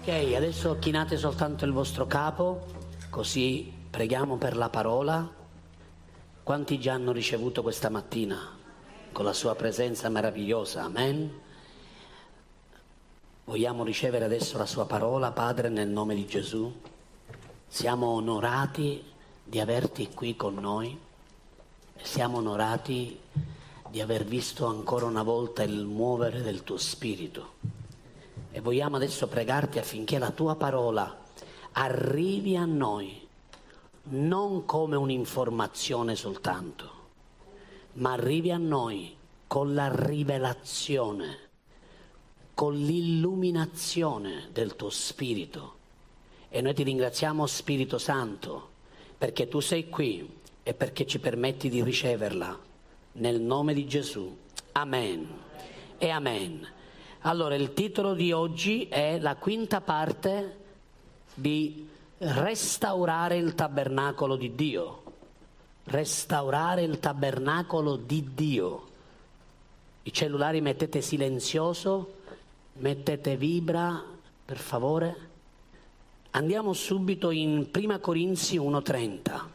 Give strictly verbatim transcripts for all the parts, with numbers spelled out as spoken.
Ok, adesso chinate soltanto il vostro capo, così preghiamo per la parola. Quanti già hanno ricevuto questa mattina con la sua presenza meravigliosa? Amen. Vogliamo ricevere adesso la sua parola, Padre, nel nome di Gesù. Siamo onorati di averti qui con noi. Siamo onorati di aver visto ancora una volta il muovere del tuo spirito. E vogliamo adesso pregarti affinché la tua parola arrivi a noi, non come un'informazione soltanto, ma arrivi a noi con la rivelazione, con l'illuminazione del tuo spirito. E noi ti ringraziamo, Spirito Santo, perché tu sei qui e perché ci permetti di riceverla. Nel nome di Gesù. Amen e amen. Allora, il titolo di oggi è la quinta parte di restaurare il tabernacolo di Dio. Restaurare il tabernacolo di Dio. I cellulari mettete silenzioso, mettete vibra, per favore. Andiamo subito in Prima Corinzi uno trenta.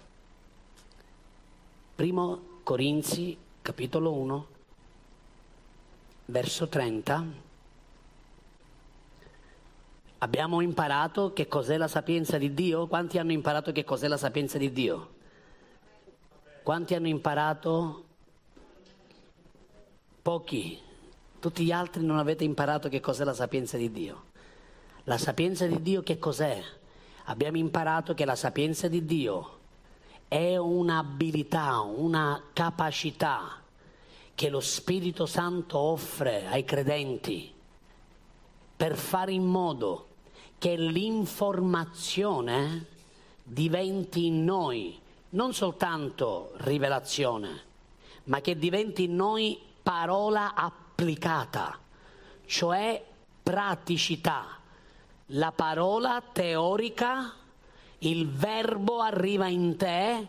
Primo Corinzi, capitolo uno, verso trenta. Abbiamo imparato che cos'è la sapienza di Dio? Quanti hanno imparato che cos'è la sapienza di Dio? Quanti hanno imparato? Pochi. Tutti gli altri non avete imparato che cos'è la sapienza di Dio. La sapienza di Dio che cos'è? Abbiamo imparato che la sapienza di Dio è un'abilità, una capacità che lo Spirito Santo offre ai credenti per fare in modo che l'informazione diventi in noi non soltanto rivelazione, ma che diventi in noi parola applicata, cioè praticità. La parola teorica, il verbo arriva in te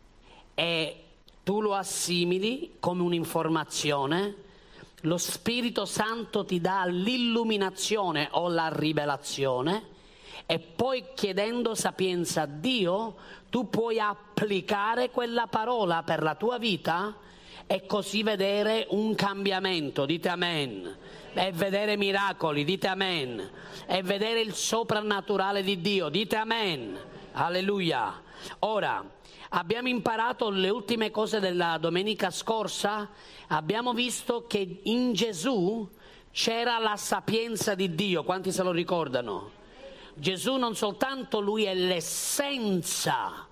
e tu lo assimili come un'informazione, lo Spirito Santo ti dà l'illuminazione o la rivelazione e poi, chiedendo sapienza a Dio, tu puoi applicare quella parola per la tua vita e così vedere un cambiamento. Dite amen. E vedere miracoli, dite amen. E vedere il soprannaturale di Dio, dite amen. Alleluia. Ora, abbiamo imparato le ultime cose della domenica scorsa, abbiamo visto che in Gesù c'era la sapienza di Dio. Quanti se lo ricordano? Gesù non soltanto lui è l'essenza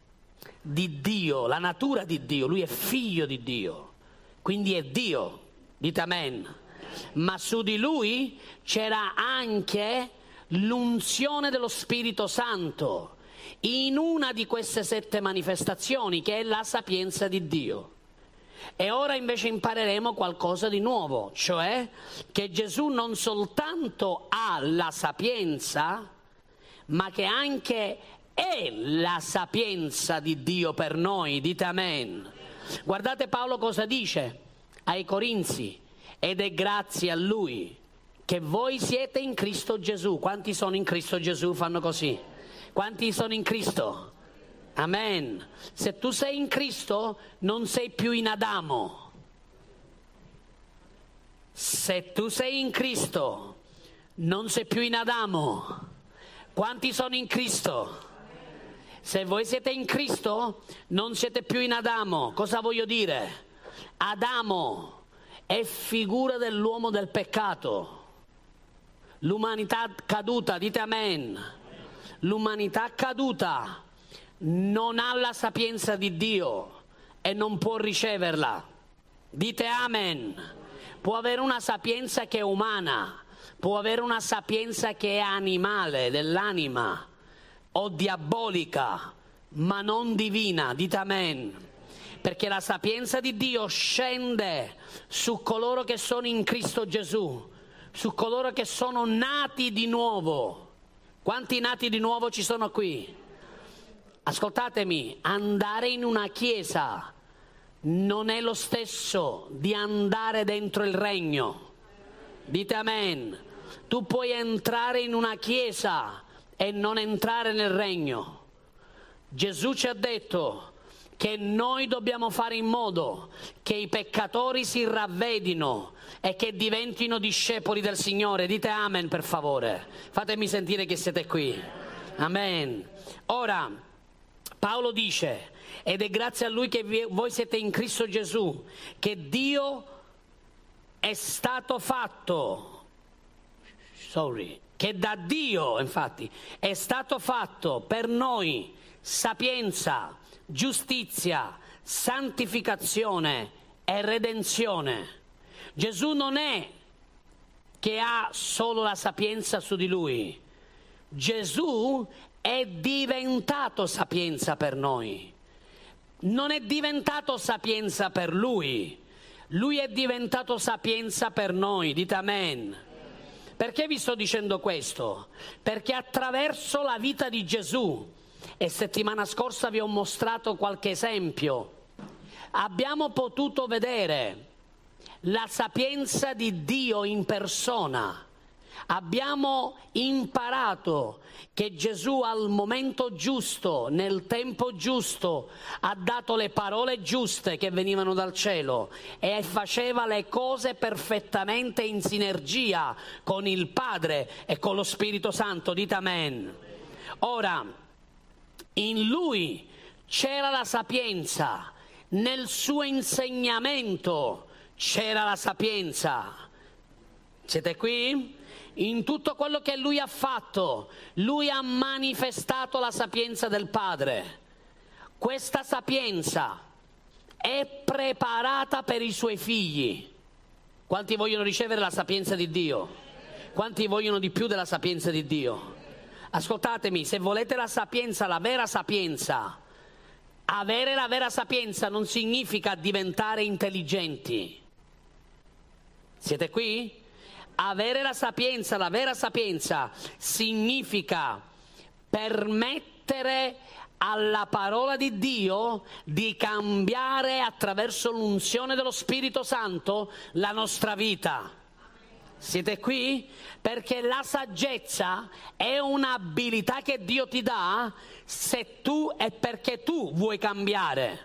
di Dio, la natura di Dio, lui è figlio di Dio, quindi è Dio, dite amen. Ma su di lui c'era anche l'unzione dello Spirito Santo in una di queste sette manifestazioni, che è la sapienza di Dio. E ora invece impareremo qualcosa di nuovo, cioè che Gesù non soltanto ha la sapienza, ma che anche è la sapienza di Dio per noi, dite amen. Guardate Paolo cosa dice ai Corinzi: ed è grazie a Lui che voi siete in Cristo Gesù. Quanti sono in Cristo Gesù? Fanno così. Quanti sono in Cristo? Amen. Se tu sei in Cristo non sei più in Adamo. Se tu sei in Cristo non sei più in Adamo. Quanti sono in Cristo? Se voi siete in Cristo non siete più in Adamo. Cosa voglio dire? Adamo è figura dell'uomo del peccato, l'umanità caduta, dite amen. L'umanità caduta non ha la sapienza di Dio e non può riceverla, dite amen. Può avere una sapienza che è umana, può avere una sapienza che è animale, dell'anima o diabolica, ma non divina, dite amen. Perché la sapienza di Dio scende su coloro che sono in Cristo Gesù, su coloro che sono nati di nuovo. Quanti nati di nuovo ci sono qui? Ascoltatemi, andare in una chiesa non è lo stesso di andare dentro il regno. Dite amen. tu puoi entrare in una chiesa e non entrare nel regno. Gesù ci ha detto che noi dobbiamo fare in modo che i peccatori si ravvedino e che diventino discepoli del Signore. Dite amen, per favore. Fatemi sentire che siete qui. Amen. Ora, Paolo dice, ed è grazie a Lui che vi- voi siete in Cristo Gesù, che Dio è stato fatto, sorry, che da Dio, infatti, è stato fatto per noi sapienza, giustizia, santificazione e redenzione. Gesù non è che ha solo la sapienza su di Lui. Gesù è diventato sapienza per noi. Non è diventato sapienza per Lui. Lui è diventato sapienza per noi. Dite amen. Perché vi sto dicendo questo? Perché attraverso la vita di Gesù, e settimana scorsa vi ho mostrato qualche esempio, abbiamo potuto vedere la sapienza di Dio in persona. Abbiamo imparato che Gesù al momento giusto, nel tempo giusto, ha dato le parole giuste che venivano dal cielo e faceva le cose perfettamente in sinergia con il Padre e con lo Spirito Santo. Dite amen. Ora, in Lui c'era la sapienza, nel suo insegnamento c'era la sapienza. Siete qui? In tutto quello che Lui ha fatto, Lui ha manifestato la sapienza del Padre. Questa sapienza è preparata per i Suoi figli. Quanti vogliono ricevere la sapienza di Dio? Quanti vogliono di più della sapienza di Dio? Ascoltatemi, se volete la sapienza, la vera sapienza, avere la vera sapienza non significa diventare intelligenti. Siete qui? Avere la sapienza, la vera sapienza, significa permettere alla parola di Dio di cambiare attraverso l'unzione dello Spirito Santo la nostra vita. Siete qui? Perché la saggezza è un'abilità che Dio ti dà se tu è perché tu vuoi cambiare.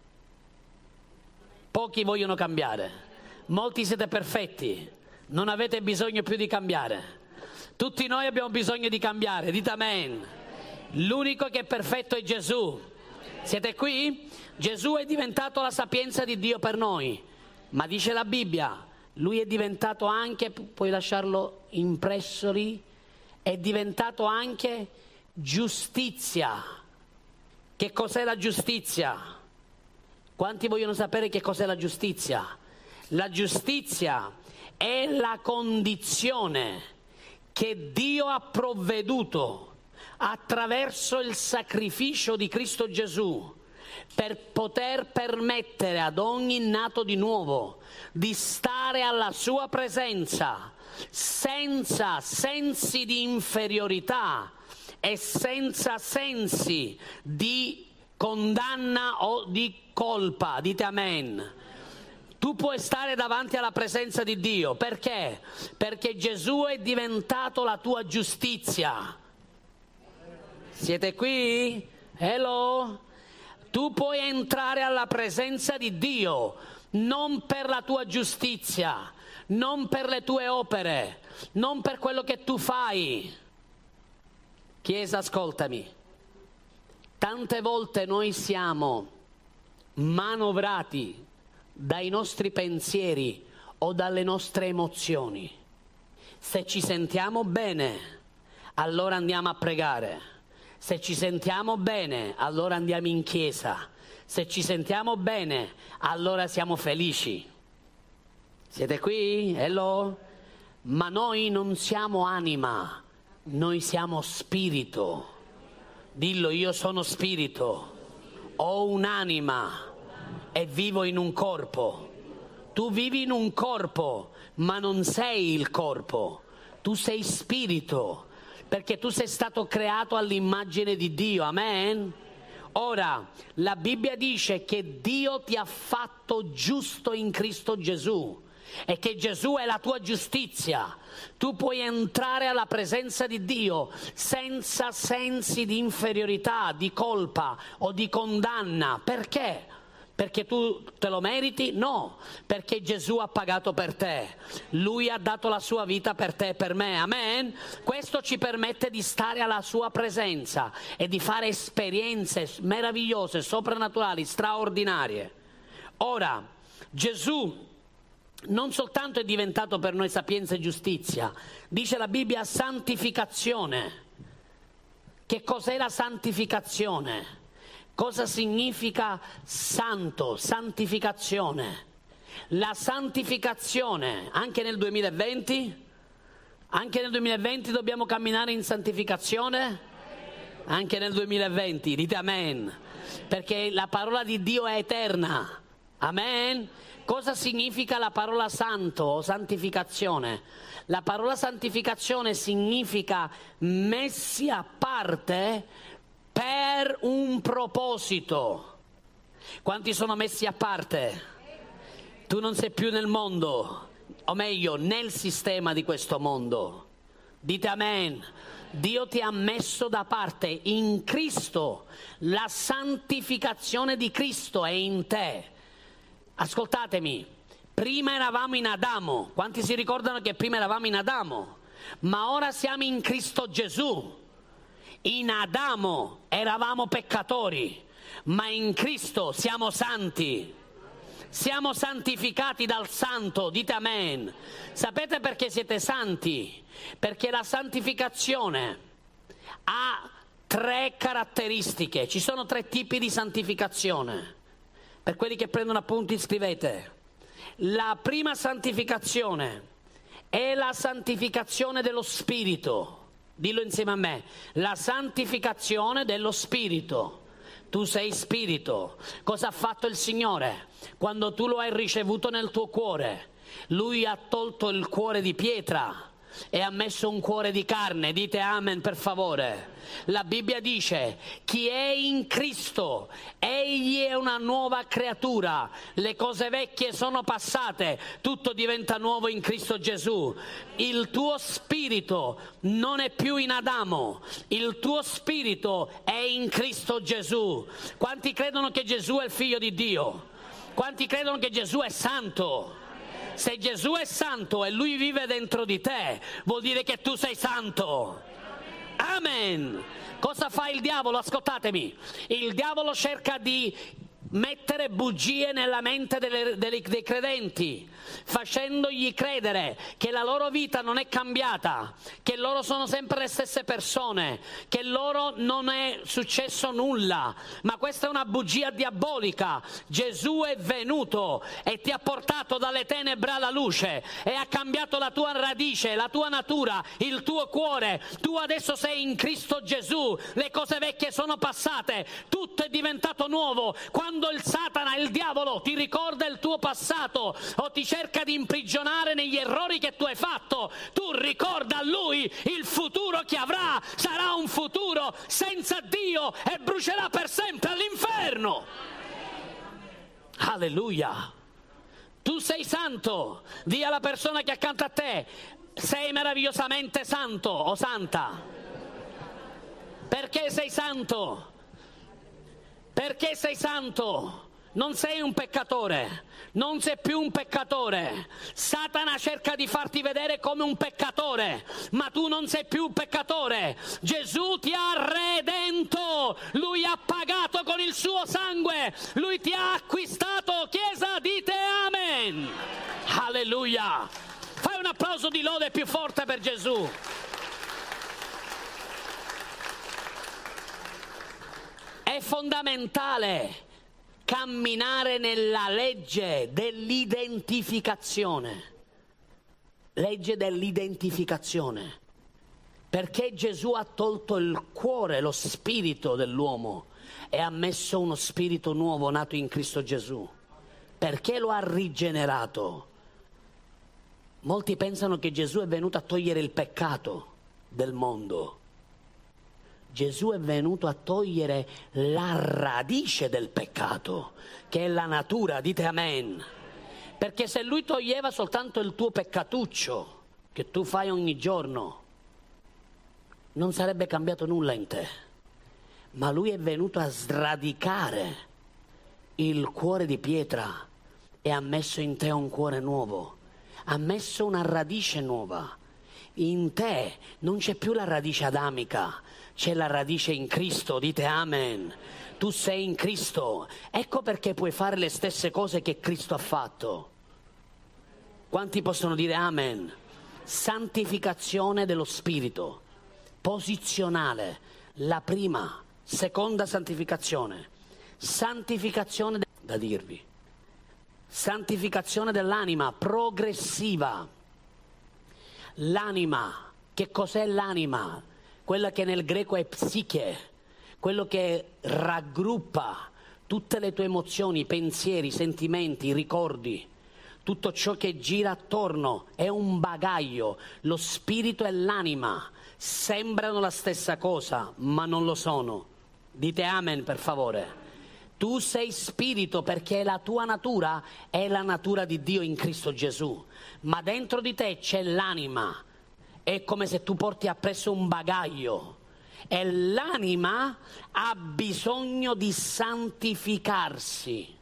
Pochi vogliono cambiare, molti siete perfetti, non avete bisogno più di cambiare. Tutti noi abbiamo bisogno di cambiare, dite amen. L'unico che è perfetto è Gesù. Siete qui? Gesù è diventato la sapienza di Dio per noi, ma dice la Bibbia, Lui è diventato anche, puoi lasciarlo impresso lì, è diventato anche giustizia. Che cos'è la giustizia? Quanti vogliono sapere che cos'è la giustizia? La giustizia è la condizione che Dio ha provveduto attraverso il sacrificio di Cristo Gesù per poter permettere ad ogni nato di nuovo di stare alla sua presenza senza sensi di inferiorità e senza sensi di condanna o di colpa. Dite amen. Tu puoi stare davanti alla presenza di Dio. Perché? Perché Gesù è diventato la tua giustizia. Siete qui? Hello? Tu puoi entrare alla presenza di Dio non per la tua giustizia, non per le tue opere, non per quello che tu fai. Chiesa, ascoltami. Tante volte noi siamo manovrati dai nostri pensieri o dalle nostre emozioni. Se ci sentiamo bene, allora andiamo a pregare. Se ci sentiamo bene, allora andiamo in chiesa. Se ci sentiamo bene, allora siamo felici. Siete qui? Hello? Ma noi non siamo anima, noi siamo spirito. Dillo, io sono spirito, ho un'anima e vivo in un corpo. Tu vivi in un corpo, ma non sei il corpo. Tu sei spirito. Perché tu sei stato creato all'immagine di Dio, amen? Ora, la Bibbia dice che Dio ti ha fatto giusto in Cristo Gesù. e che Gesù è la tua giustizia, tu puoi entrare alla presenza di Dio senza sensi di inferiorità, di colpa o di condanna. Perché? Perché tu te lo meriti? No, perché Gesù ha pagato per te, Lui ha dato la sua vita per te e per me, amen? Questo ci permette di stare alla sua presenza e di fare esperienze meravigliose, soprannaturali, straordinarie. Ora, Gesù non soltanto è diventato per noi sapienza e giustizia, dice la Bibbia santificazione. Che cos'è la santificazione? Cosa significa santo, santificazione? La santificazione, anche nel duemilaventi, anche nel duemilaventi dobbiamo camminare in santificazione? Anche nel duemilaventi, dite amen, perché la parola di Dio è eterna, amen? Cosa significa la parola santo o santificazione? La parola santificazione significa messi a parte per un proposito. Quanti sono messi a parte? Tu non sei più nel mondo, o meglio, nel sistema di questo mondo. Dite amen. Dio ti ha messo da parte in Cristo. La santificazione di Cristo è in te. Ascoltatemi, prima eravamo in Adamo. Quanti si ricordano che prima eravamo in Adamo? Ma ora siamo in Cristo Gesù. In Adamo eravamo peccatori, ma in Cristo siamo santi. Siamo santificati dal Santo, dite amen. Sapete perché siete santi? Perché la santificazione ha tre caratteristiche. Ci sono tre tipi di santificazione. Per quelli che prendono appunti scrivete. La prima santificazione è la santificazione dello Spirito. Dillo insieme a me, la santificazione dello Spirito. Tu sei Spirito. Cosa ha fatto il Signore? Quando tu lo hai ricevuto nel tuo cuore, Lui ha tolto il cuore di pietra e ha messo un cuore di carne. Dite amen per favore. La Bibbia dice: chi è in Cristo, egli è una nuova creatura, le cose vecchie sono passate, tutto diventa nuovo in Cristo Gesù. Il tuo spirito non è più in Adamo, il tuo spirito è in Cristo Gesù. Quanti credono che Gesù è il Figlio di Dio? Quanti credono che Gesù è santo? Se Gesù è santo e Lui vive dentro di te, vuol dire che tu sei santo. Amen. Cosa fa il diavolo? Ascoltatemi. Il diavolo cerca di mettere bugie nella mente delle, delle, dei credenti, facendogli credere che la loro vita non è cambiata, che loro sono sempre le stesse persone, che loro non è successo nulla. Ma questa è una bugia diabolica. Gesù è venuto e ti ha portato dalle tenebre alla luce e ha cambiato la tua radice, la tua natura, il tuo cuore. Tu adesso sei in Cristo Gesù, le cose vecchie sono passate, tutto è diventato nuovo. Quando il Satana, il diavolo, ti ricorda il tuo passato o ti cerca di imprigionare negli errori che tu hai fatto, tu ricorda a lui il futuro che avrà. Sarà un futuro senza Dio e brucerà per sempre all'inferno. Alleluia. Tu sei santo. Dì alla persona che è accanto a te: sei meravigliosamente santo o santa. Perché sei santo? Perché sei santo? Non sei un peccatore, non sei più un peccatore. Satana cerca di farti vedere come un peccatore, ma tu non sei più un peccatore. Gesù ti ha redento, Lui ha pagato con il suo sangue, Lui ti ha acquistato. Chiesa, dite amen. Alleluia. Fai un applauso di lode più forte per Gesù. È fondamentale camminare nella legge dell'identificazione. Legge dell'identificazione. Perché Gesù ha tolto il cuore, lo spirito dell'uomo e ha messo uno spirito nuovo nato in Cristo Gesù. Perché lo ha rigenerato. Molti pensano che Gesù è venuto a togliere il peccato del mondo. Gesù è venuto a togliere la radice del peccato, che è la natura, dite amen. Perché se Lui toglieva soltanto il tuo peccatuccio, che tu fai ogni giorno, non sarebbe cambiato nulla in te. Ma Lui è venuto a sradicare il cuore di pietra e ha messo in te un cuore nuovo, ha messo una radice nuova. In te non c'è più la radice adamica, c'è la radice in Cristo, dite amen. Tu sei in Cristo, ecco perché puoi fare le stesse cose che Cristo ha fatto. Quanti possono dire amen? Santificazione dello Spirito, posizionale, la prima, seconda santificazione, santificazione de- da dirvi, santificazione dell'anima progressiva. L'anima, che cos'è l'anima? Quella che nel greco è psiche, quello che raggruppa tutte le tue emozioni, pensieri, sentimenti, ricordi, tutto ciò che gira attorno, è un bagaglio. Lo spirito e l'anima sembrano la stessa cosa, ma non lo sono. Dite amen per favore. Tu sei spirito perché la tua natura è la natura di Dio in Cristo Gesù, ma dentro di te c'è l'anima, è come se tu porti appresso un bagaglio e l'anima ha bisogno di santificarsi,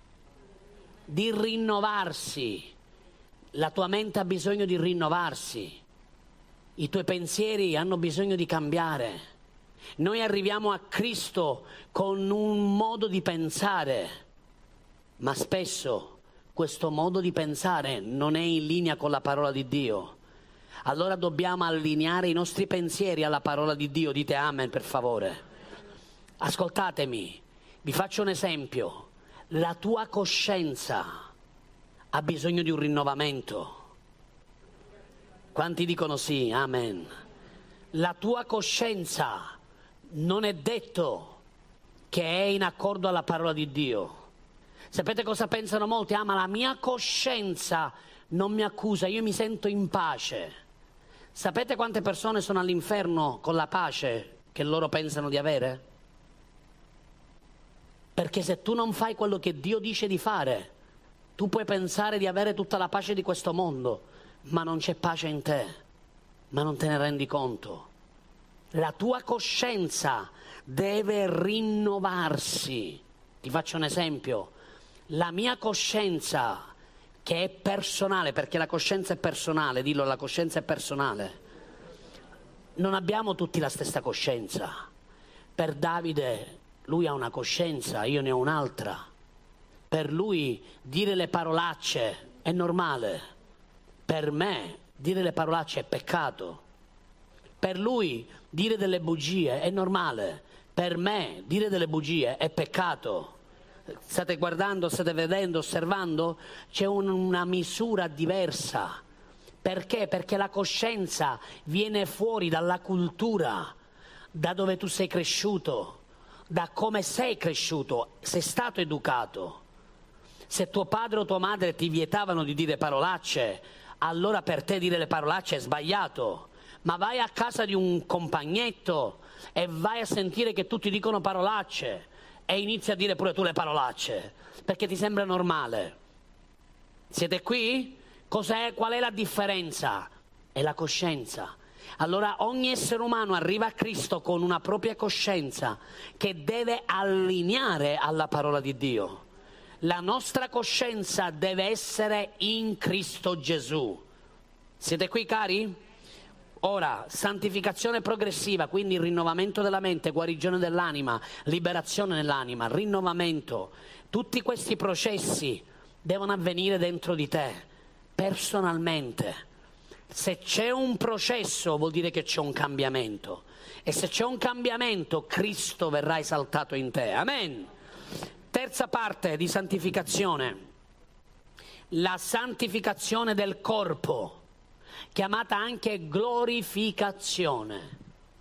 di rinnovarsi. La tua mente ha bisogno di rinnovarsi, i tuoi pensieri hanno bisogno di cambiare. Noi arriviamo a Cristo con un modo di pensare, ma spesso questo modo di pensare non è in linea con la parola di Dio. Allora dobbiamo allineare i nostri pensieri alla parola di Dio. Dite amen per favore. Ascoltatemi, vi faccio un esempio. La tua coscienza ha bisogno di un rinnovamento. Quanti dicono sì? Amen. La tua coscienza non è detto che è in accordo alla parola di Dio. Sapete cosa pensano molti? Ah, ma la mia coscienza non mi accusa, io mi sento in pace. Sapete quante persone sono all'inferno con la pace che loro pensano di avere? Perché se tu non fai quello che Dio dice di fare, tu puoi pensare di avere tutta la pace di questo mondo, ma non c'è pace in te, ma non te ne rendi conto. La tua coscienza deve rinnovarsi. Ti faccio un esempio. La mia coscienza, che è personale, perché la coscienza è personale, dillo, la coscienza è personale. Non abbiamo tutti la stessa coscienza. Per Davide, lui ha una coscienza, io ne ho un'altra. Per lui dire le parolacce è normale. Per me dire le parolacce è peccato. Per lui dire delle bugie è normale, per me dire delle bugie è peccato. State guardando, state vedendo, osservando? C'è un, una misura diversa. Perché? Perché la coscienza viene fuori dalla cultura, da dove tu sei cresciuto, da come sei cresciuto, sei stato educato. Se tuo padre o tua madre ti vietavano di dire parolacce, allora per te dire le parolacce è sbagliato. Ma vai a casa di un compagnetto e vai a sentire che tutti dicono parolacce e inizi a dire pure tu le parolacce, perché ti sembra normale. Siete qui? Cos'è? Qual è la differenza? È la coscienza. Allora ogni essere umano arriva a Cristo con una propria coscienza che deve allineare alla parola di Dio. La nostra coscienza deve essere in Cristo Gesù. Siete qui, cari? Ora, santificazione progressiva, quindi il rinnovamento della mente, guarigione dell'anima, liberazione dell'anima, rinnovamento. Tutti questi processi devono avvenire dentro di te, personalmente. Se c'è un processo vuol dire che c'è un cambiamento. E se c'è un cambiamento, Cristo verrà esaltato in te. Amen. Terza parte di santificazione. La santificazione del corpo, chiamata anche glorificazione.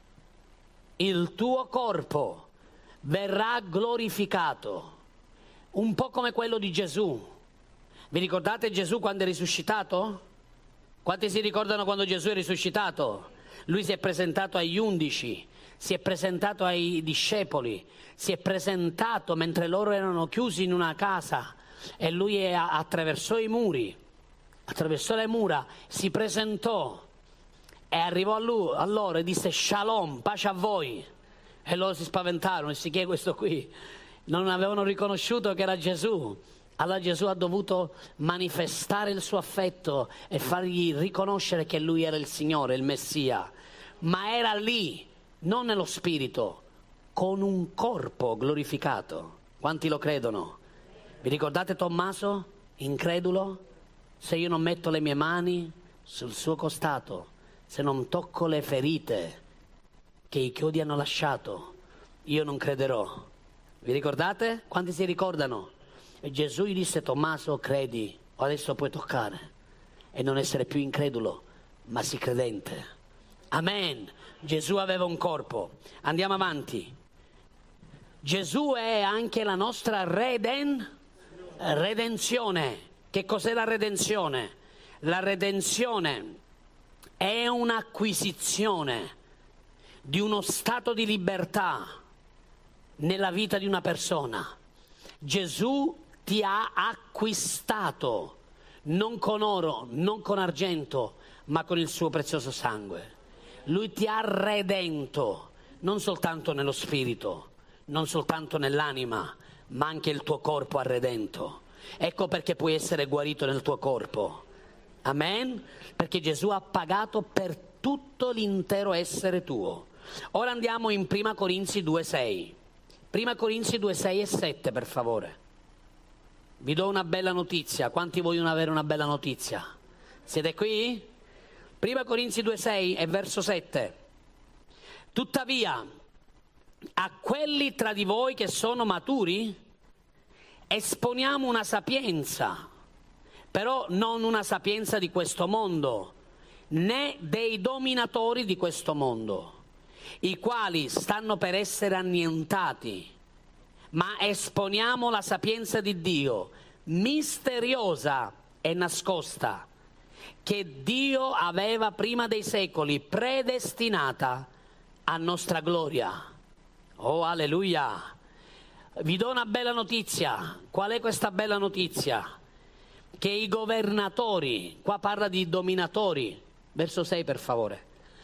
Il tuo corpo verrà glorificato, un po' come quello di Gesù. Vi ricordate Gesù quando è risuscitato? Quanti si ricordano quando Gesù è risuscitato? Lui si è presentato agli undici, si è presentato ai discepoli, si è presentato mentre loro erano chiusi in una casa e lui è, attraversò i muri, attraversò le mura, si presentò e arrivò a, lui, a loro e disse shalom, pace a voi, e loro si spaventarono e si chi è questo qui? Non avevano riconosciuto che era Gesù. Allora Gesù ha dovuto manifestare il suo affetto e fargli riconoscere che lui era il Signore, il Messia, ma era lì, non nello spirito, con un corpo glorificato. Quanti lo credono? Vi ricordate Tommaso, incredulo? Se io non metto le mie mani sul suo costato, se non tocco le ferite che i chiodi hanno lasciato, io non crederò. Vi ricordate? Quanti si ricordano? E Gesù gli disse: Tommaso, credi, adesso puoi toccare e non essere più incredulo, ma sii credente. Amen. Gesù aveva un corpo. Andiamo avanti. Gesù è anche la nostra reden... redenzione. Che cos'è la redenzione? La redenzione è un'acquisizione di uno stato di libertà nella vita di una persona. Gesù ti ha acquistato, non con oro, non con argento, ma con il suo prezioso sangue. Lui ti ha redento, non soltanto nello spirito, non soltanto nell'anima, ma anche il tuo corpo ha redento. Ecco perché puoi essere guarito nel tuo corpo. Amen? Perché Gesù ha pagato per tutto l'intero essere tuo. Ora andiamo in prima Corinzi due sei. prima Corinzi due sei e sette, per favore. Vi do una bella notizia. Quanti vogliono avere una bella notizia? Siete qui? prima Corinzi due sei e verso sette. Tuttavia, a quelli tra di voi che sono maturi, esponiamo una sapienza, però non una sapienza di questo mondo, né dei dominatori di questo mondo, i quali stanno per essere annientati, ma esponiamo la sapienza di Dio, misteriosa e nascosta, che Dio aveva prima dei secoli predestinata a nostra gloria. Oh, alleluia! Vi do una bella notizia. Qual è questa bella notizia? Che i governatori, qua parla di dominatori, verso sei per favore,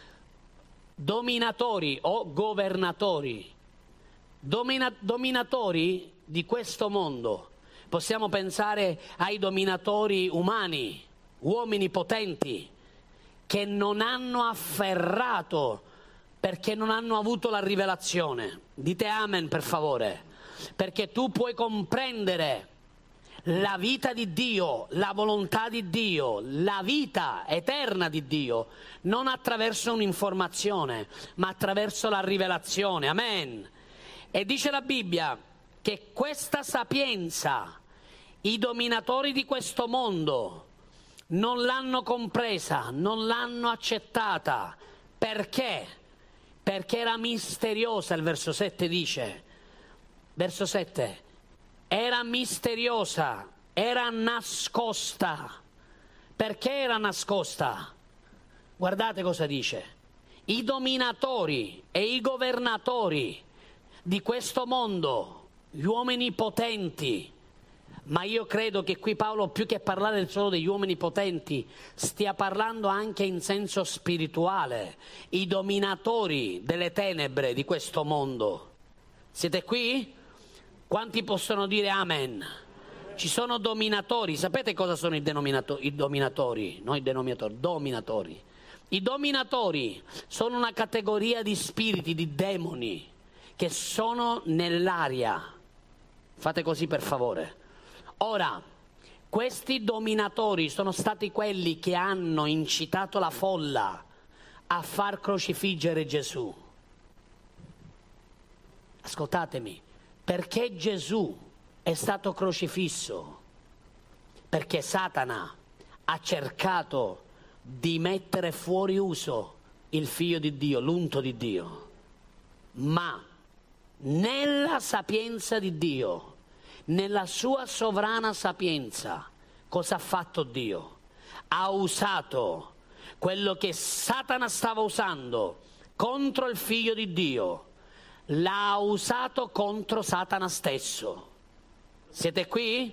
dominatori o governatori, domina, dominatori di questo mondo. Possiamo pensare ai dominatori umani, uomini potenti, che non hanno afferrato perché non hanno avuto la rivelazione. Dite amen per favore. Perché tu puoi comprendere la vita di Dio, la volontà di Dio, la vita eterna di Dio, non attraverso un'informazione, ma attraverso la rivelazione. Amen. E dice la Bibbia che questa sapienza i dominatori di questo mondo non l'hanno compresa, non l'hanno accettata. Perché? Perché era misteriosa, il verso sette dice. Verso sette, era misteriosa, era nascosta. Perché era nascosta? Guardate cosa dice. I dominatori e i governatori di questo mondo, gli uomini potenti, ma io credo che qui Paolo, più che parlare solo degli uomini potenti, stia parlando anche in senso spirituale, i dominatori delle tenebre di questo mondo. Siete qui? Quanti possono dire amen? Ci sono dominatori. Sapete cosa sono i, i dominatori? Non i denominatori, dominatori. I dominatori sono una categoria di spiriti, di demoni, che sono nell'aria. Fate così per favore. Ora, questi dominatori sono stati quelli che hanno incitato la folla a far crocifiggere Gesù. Ascoltatemi. Perché Gesù è stato crocifisso? Perché Satana ha cercato di mettere fuori uso il figlio di Dio, l'unto di Dio. Ma nella sapienza di Dio, nella sua sovrana sapienza, cosa ha fatto Dio? Ha usato quello che Satana stava usando contro il figlio di Dio, l'ha usato contro Satana stesso. Siete qui?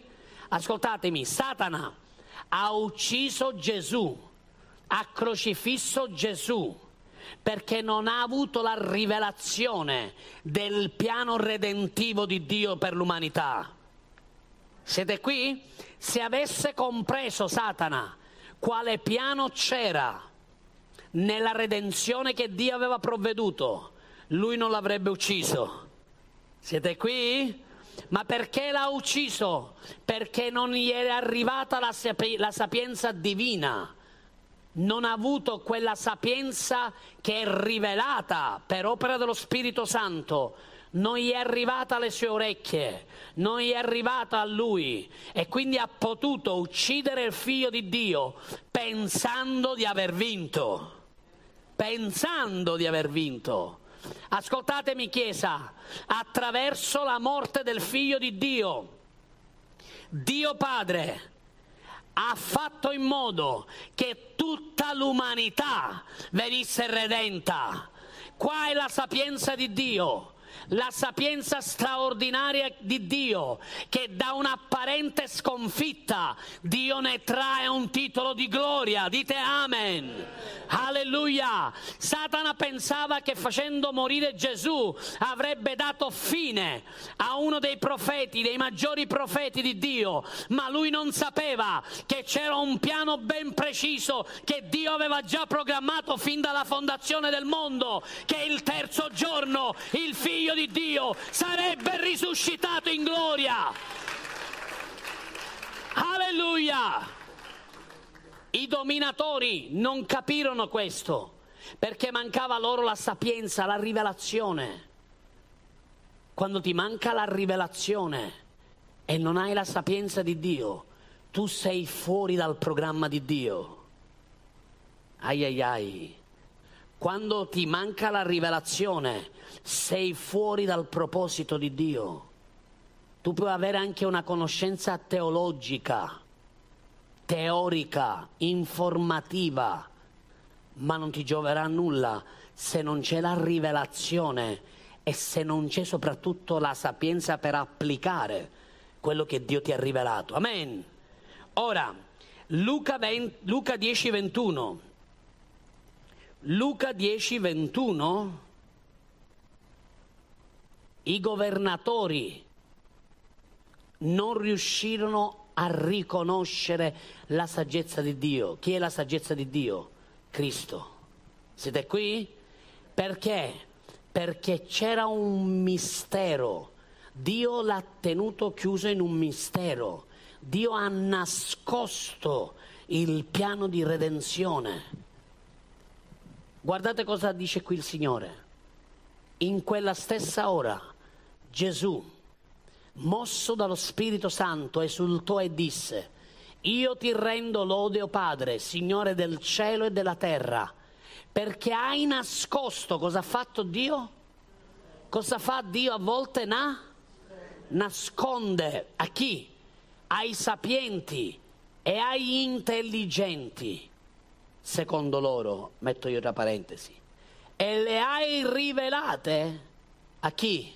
Ascoltatemi, Satana ha ucciso Gesù, ha crocifisso Gesù, perché non ha avuto la rivelazione del piano redentivo di Dio per l'umanità. Siete qui? Se avesse compreso Satana quale piano c'era nella redenzione che Dio aveva provveduto, lui non l'avrebbe ucciso. Siete qui? Ma perché l'ha ucciso? Perché non gli era arrivata la, sapi- la sapienza divina. Non ha avuto quella sapienza che è rivelata per opera dello Spirito Santo. Non gli è arrivata alle sue orecchie, non gli è arrivata a lui, e quindi ha potuto uccidere il figlio di Dio pensando di aver vinto. Pensando di aver vinto. Ascoltatemi, Chiesa, attraverso la morte del figlio di Dio, Dio Padre ha fatto in modo che tutta l'umanità venisse redenta. Qua è la sapienza di Dio, la sapienza straordinaria di Dio, che da un'apparente sconfitta Dio ne trae un titolo di gloria. Dite amen. Alleluia. Satana pensava che facendo morire Gesù avrebbe dato fine a uno dei profeti, dei maggiori profeti di Dio, ma lui non sapeva che c'era un piano ben preciso che Dio aveva già programmato fin dalla fondazione del mondo, che il terzo giorno il figlio di Dio sarebbe risuscitato in gloria. Alleluia. I dominatori non capirono questo perché mancava loro la sapienza, la rivelazione. Quando ti manca la rivelazione e non hai la sapienza di Dio, tu sei fuori dal programma di Dio. Ai ai ai. Quando ti manca la rivelazione, sei fuori dal proposito di Dio. Tu puoi avere anche una conoscenza teologica, teorica, informativa, ma non ti gioverà nulla se non c'è la rivelazione e se non c'è soprattutto la sapienza per applicare quello che Dio ti ha rivelato. Amen. Ora, Luca, venti, Luca dieci ventuno. Luca dieci ventuno, i governatori non riuscirono a riconoscere la saggezza di Dio. Chi è la saggezza di Dio? Cristo. Siete qui? Perché? Perché c'era un mistero. Dio l'ha tenuto chiuso in un mistero. Dio ha nascosto il piano di redenzione. Guardate cosa dice qui il Signore. In quella stessa ora Gesù, mosso dallo Spirito Santo, esultò e disse: io ti rendo lode, o Padre, Signore del cielo e della terra, perché hai nascosto. Cosa ha fatto Dio? Cosa fa Dio a volte? Na? Nasconde a chi? Ai sapienti e ai intelligenti, secondo loro, metto io tra parentesi, e le hai rivelate a chi?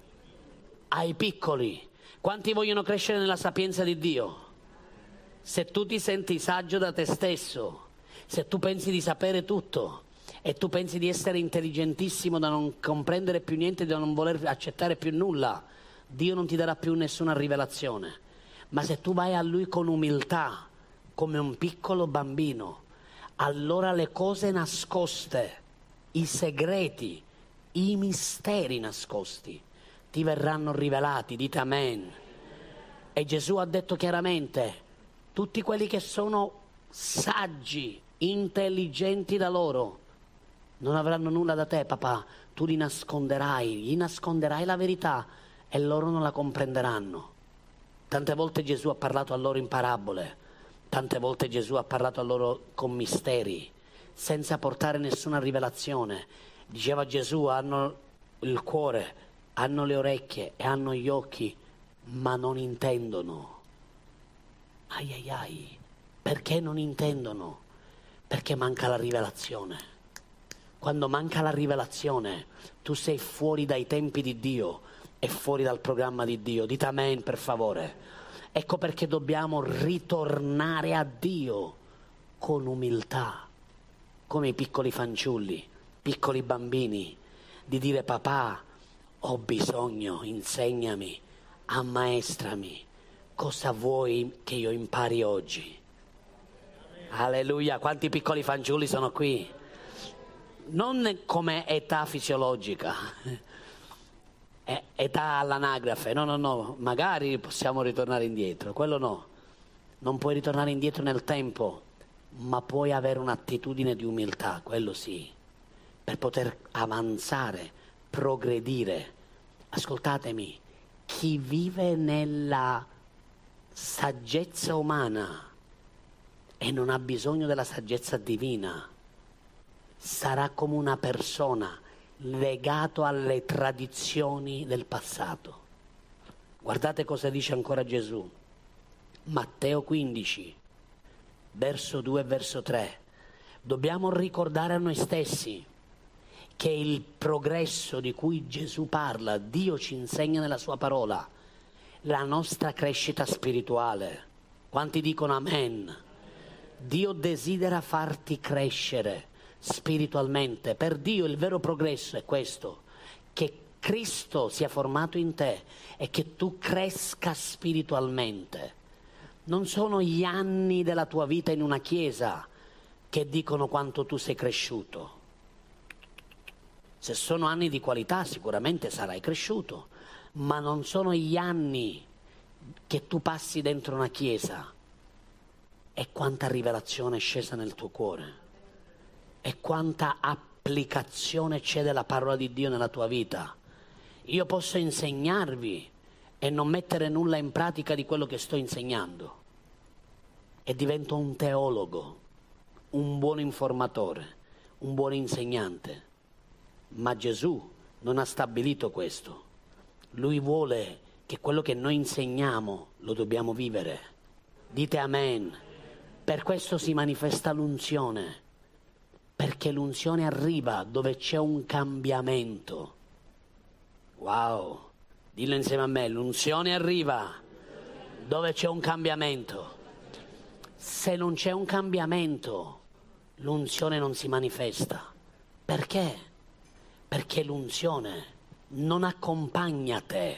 Ai piccoli. Quanti vogliono crescere nella sapienza di Dio? Se tu ti senti saggio da te stesso, se tu pensi di sapere tutto e tu pensi di essere intelligentissimo da non comprendere più niente, da non voler accettare più nulla, Dio non ti darà più nessuna rivelazione. Ma se tu vai a Lui con umiltà, come un piccolo bambino, allora le cose nascoste, i segreti, i misteri nascosti ti verranno rivelati. Dite amen. E Gesù ha detto chiaramente: tutti quelli che sono saggi, intelligenti da loro, non avranno nulla da te, papà. Tu li nasconderai, gli nasconderai la verità e loro non la comprenderanno. Tante volte Gesù ha parlato a loro in parabole, tante volte Gesù ha parlato a loro con misteri, senza portare nessuna rivelazione. Diceva Gesù: hanno il cuore, hanno le orecchie e hanno gli occhi, ma non intendono. Ai ai ai. Perché non intendono? Perché manca la rivelazione. Quando manca la rivelazione, tu sei fuori dai tempi di Dio e fuori dal programma di Dio. Dite amen, per favore. Ecco perché dobbiamo ritornare a Dio con umiltà, come i piccoli fanciulli, piccoli bambini, di dire: papà, ho bisogno, insegnami, ammaestrami, cosa vuoi che io impari oggi? Alleluia, quanti piccoli fanciulli sono qui? Non come età fisiologica, età all'anagrafe, no, no, no, magari possiamo ritornare indietro, quello no, non puoi ritornare indietro nel tempo, ma puoi avere un'attitudine di umiltà, quello sì, per poter avanzare, progredire. Ascoltatemi, chi vive nella saggezza umana e non ha bisogno della saggezza divina sarà come una persona legato alle tradizioni del passato. Guardate cosa dice ancora Gesù. Matteo quindici, verso due e verso tre. Dobbiamo ricordare a noi stessi che il progresso di cui Gesù parla, Dio ci insegna nella sua parola, la nostra crescita spirituale. Quanti dicono amen? Dio desidera farti crescere spiritualmente. Per Dio il vero progresso è questo, che Cristo sia formato in te e che tu cresca spiritualmente. Non sono gli anni della tua vita in una chiesa che dicono quanto tu sei cresciuto. Se sono anni di qualità sicuramente sarai cresciuto, ma non sono gli anni che tu passi dentro una chiesa. E quanta rivelazione è scesa nel tuo cuore, e quanta applicazione c'è della parola di Dio nella tua vita. Io posso insegnarvi e non mettere nulla in pratica di quello che sto insegnando, e divento un teologo, un buon informatore, un buon insegnante. Ma Gesù non ha stabilito questo. Lui vuole che quello che noi insegniamo lo dobbiamo vivere. Dite amen. Per questo si manifesta l'unzione, perché l'unzione arriva dove c'è un cambiamento. Wow, dillo insieme a me, l'unzione arriva dove c'è un cambiamento. Se non c'è un cambiamento, l'unzione non si manifesta. Perché? Perché l'unzione non accompagna te.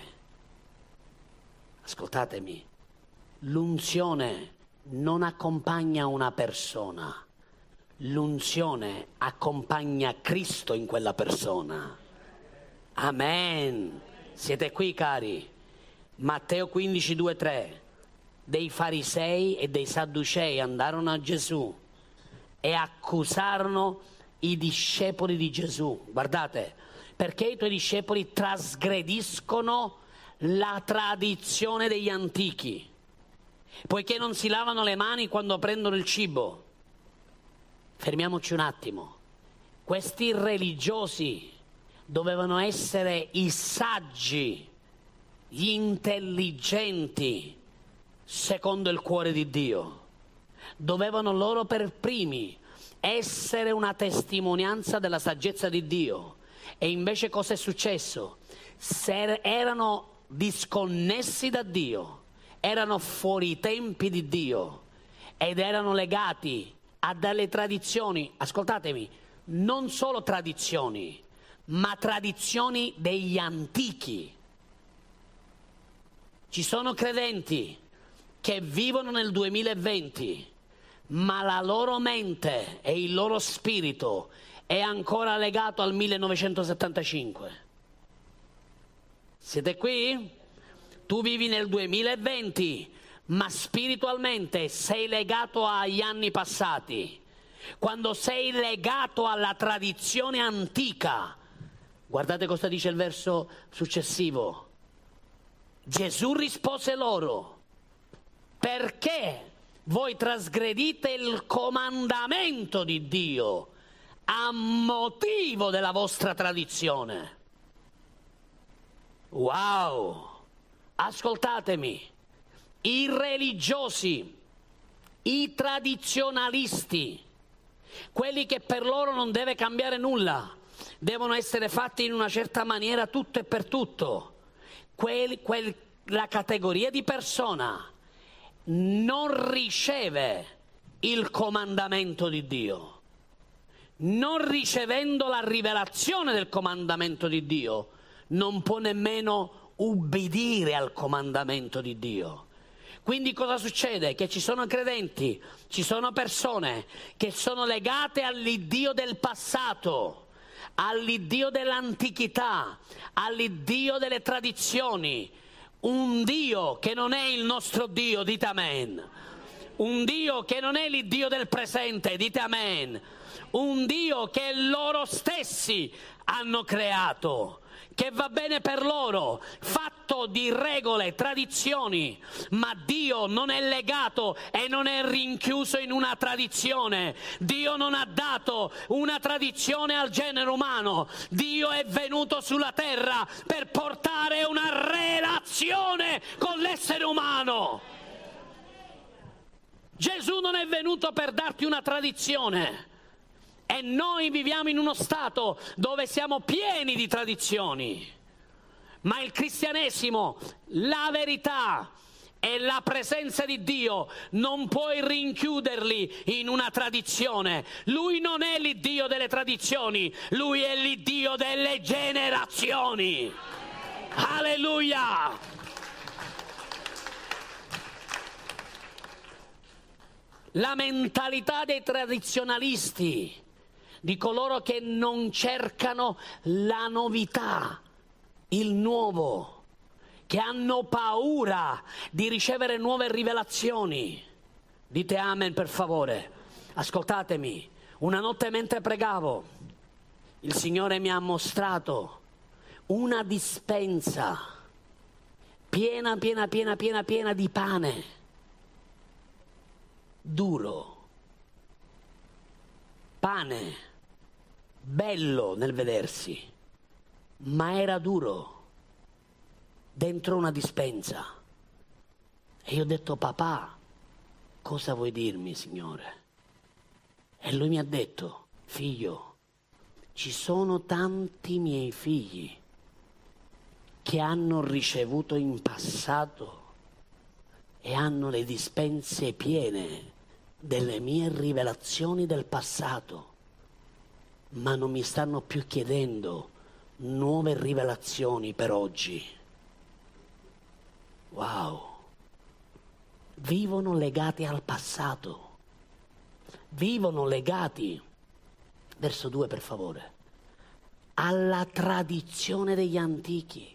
Ascoltatemi, l'unzione non accompagna una persona, l'unzione accompagna Cristo in quella persona. Amen. Siete qui, cari? Matteo quindici, due, tre. Dei farisei e dei sadducei andarono a Gesù e accusarono i discepoli di Gesù. Guardate, perché i tuoi discepoli trasgrediscono la tradizione degli antichi, poiché non si lavano le mani quando prendono il cibo. Fermiamoci un attimo. Questi religiosi dovevano essere i saggi, gli intelligenti, secondo il cuore di Dio. Dovevano loro per primi essere una testimonianza della saggezza di Dio. E invece cosa è successo? Se erano disconnessi da Dio, erano fuori i tempi di Dio ed erano legati a delle tradizioni, ascoltatemi, non solo tradizioni, ma tradizioni degli antichi. Ci sono credenti che vivono nel duemilaventi, ma la loro mente e il loro spirito è ancora legato al millenovecentosettantacinque. Siete qui? Tu vivi nel duemilaventi, ma spiritualmente sei legato agli anni passati. Quando sei legato alla tradizione antica, guardate cosa dice il verso successivo. Gesù rispose loro: perché voi trasgredite il comandamento di Dio a motivo della vostra tradizione? Wow! Ascoltatemi, i religiosi, i tradizionalisti, quelli che per loro non deve cambiare nulla, devono essere fatti in una certa maniera tutto e per tutto, quelli, quel, la categoria di persona non riceve il comandamento di Dio. Non ricevendo la rivelazione del comandamento di Dio, non può nemmeno ubbidire al comandamento di Dio. Quindi cosa succede? Che ci sono credenti, ci sono persone che sono legate all'Iddio del passato, all'Iddio dell'antichità, all'Iddio delle tradizioni, un Dio che non è il nostro Dio, dite amen, un Dio che non è l'Iddio del presente, dite amen, un Dio che loro stessi hanno creato, che va bene per loro, fatto di regole, tradizioni, ma Dio non è legato e non è rinchiuso in una tradizione. Dio non ha dato una tradizione al genere umano. Dio è venuto sulla terra per portare una relazione con l'essere umano. Gesù non è venuto per darti una tradizione. E noi viviamo in uno stato dove siamo pieni di tradizioni, ma il cristianesimo, la verità e la presenza di Dio non puoi rinchiuderli in una tradizione. Lui non è l'Iddio delle tradizioni, Lui è l'Iddio delle generazioni. Alleluia! La mentalità dei tradizionalisti, di coloro che non cercano la novità, il nuovo, che hanno paura di ricevere nuove rivelazioni. Dite amen per favore. Ascoltatemi, una notte mentre pregavo, il Signore mi ha mostrato una dispensa piena, piena, piena, piena, piena di pane duro, pane bello nel vedersi, ma era duro, dentro una dispensa. E io ho detto: papà, cosa vuoi dirmi, Signore? E lui mi ha detto: figlio, ci sono tanti miei figli che hanno ricevuto in passato e hanno le dispense piene delle mie rivelazioni del passato, ma non mi stanno più chiedendo nuove rivelazioni per oggi. Wow! Vivono legati al passato, vivono legati, verso due per favore, alla tradizione degli antichi.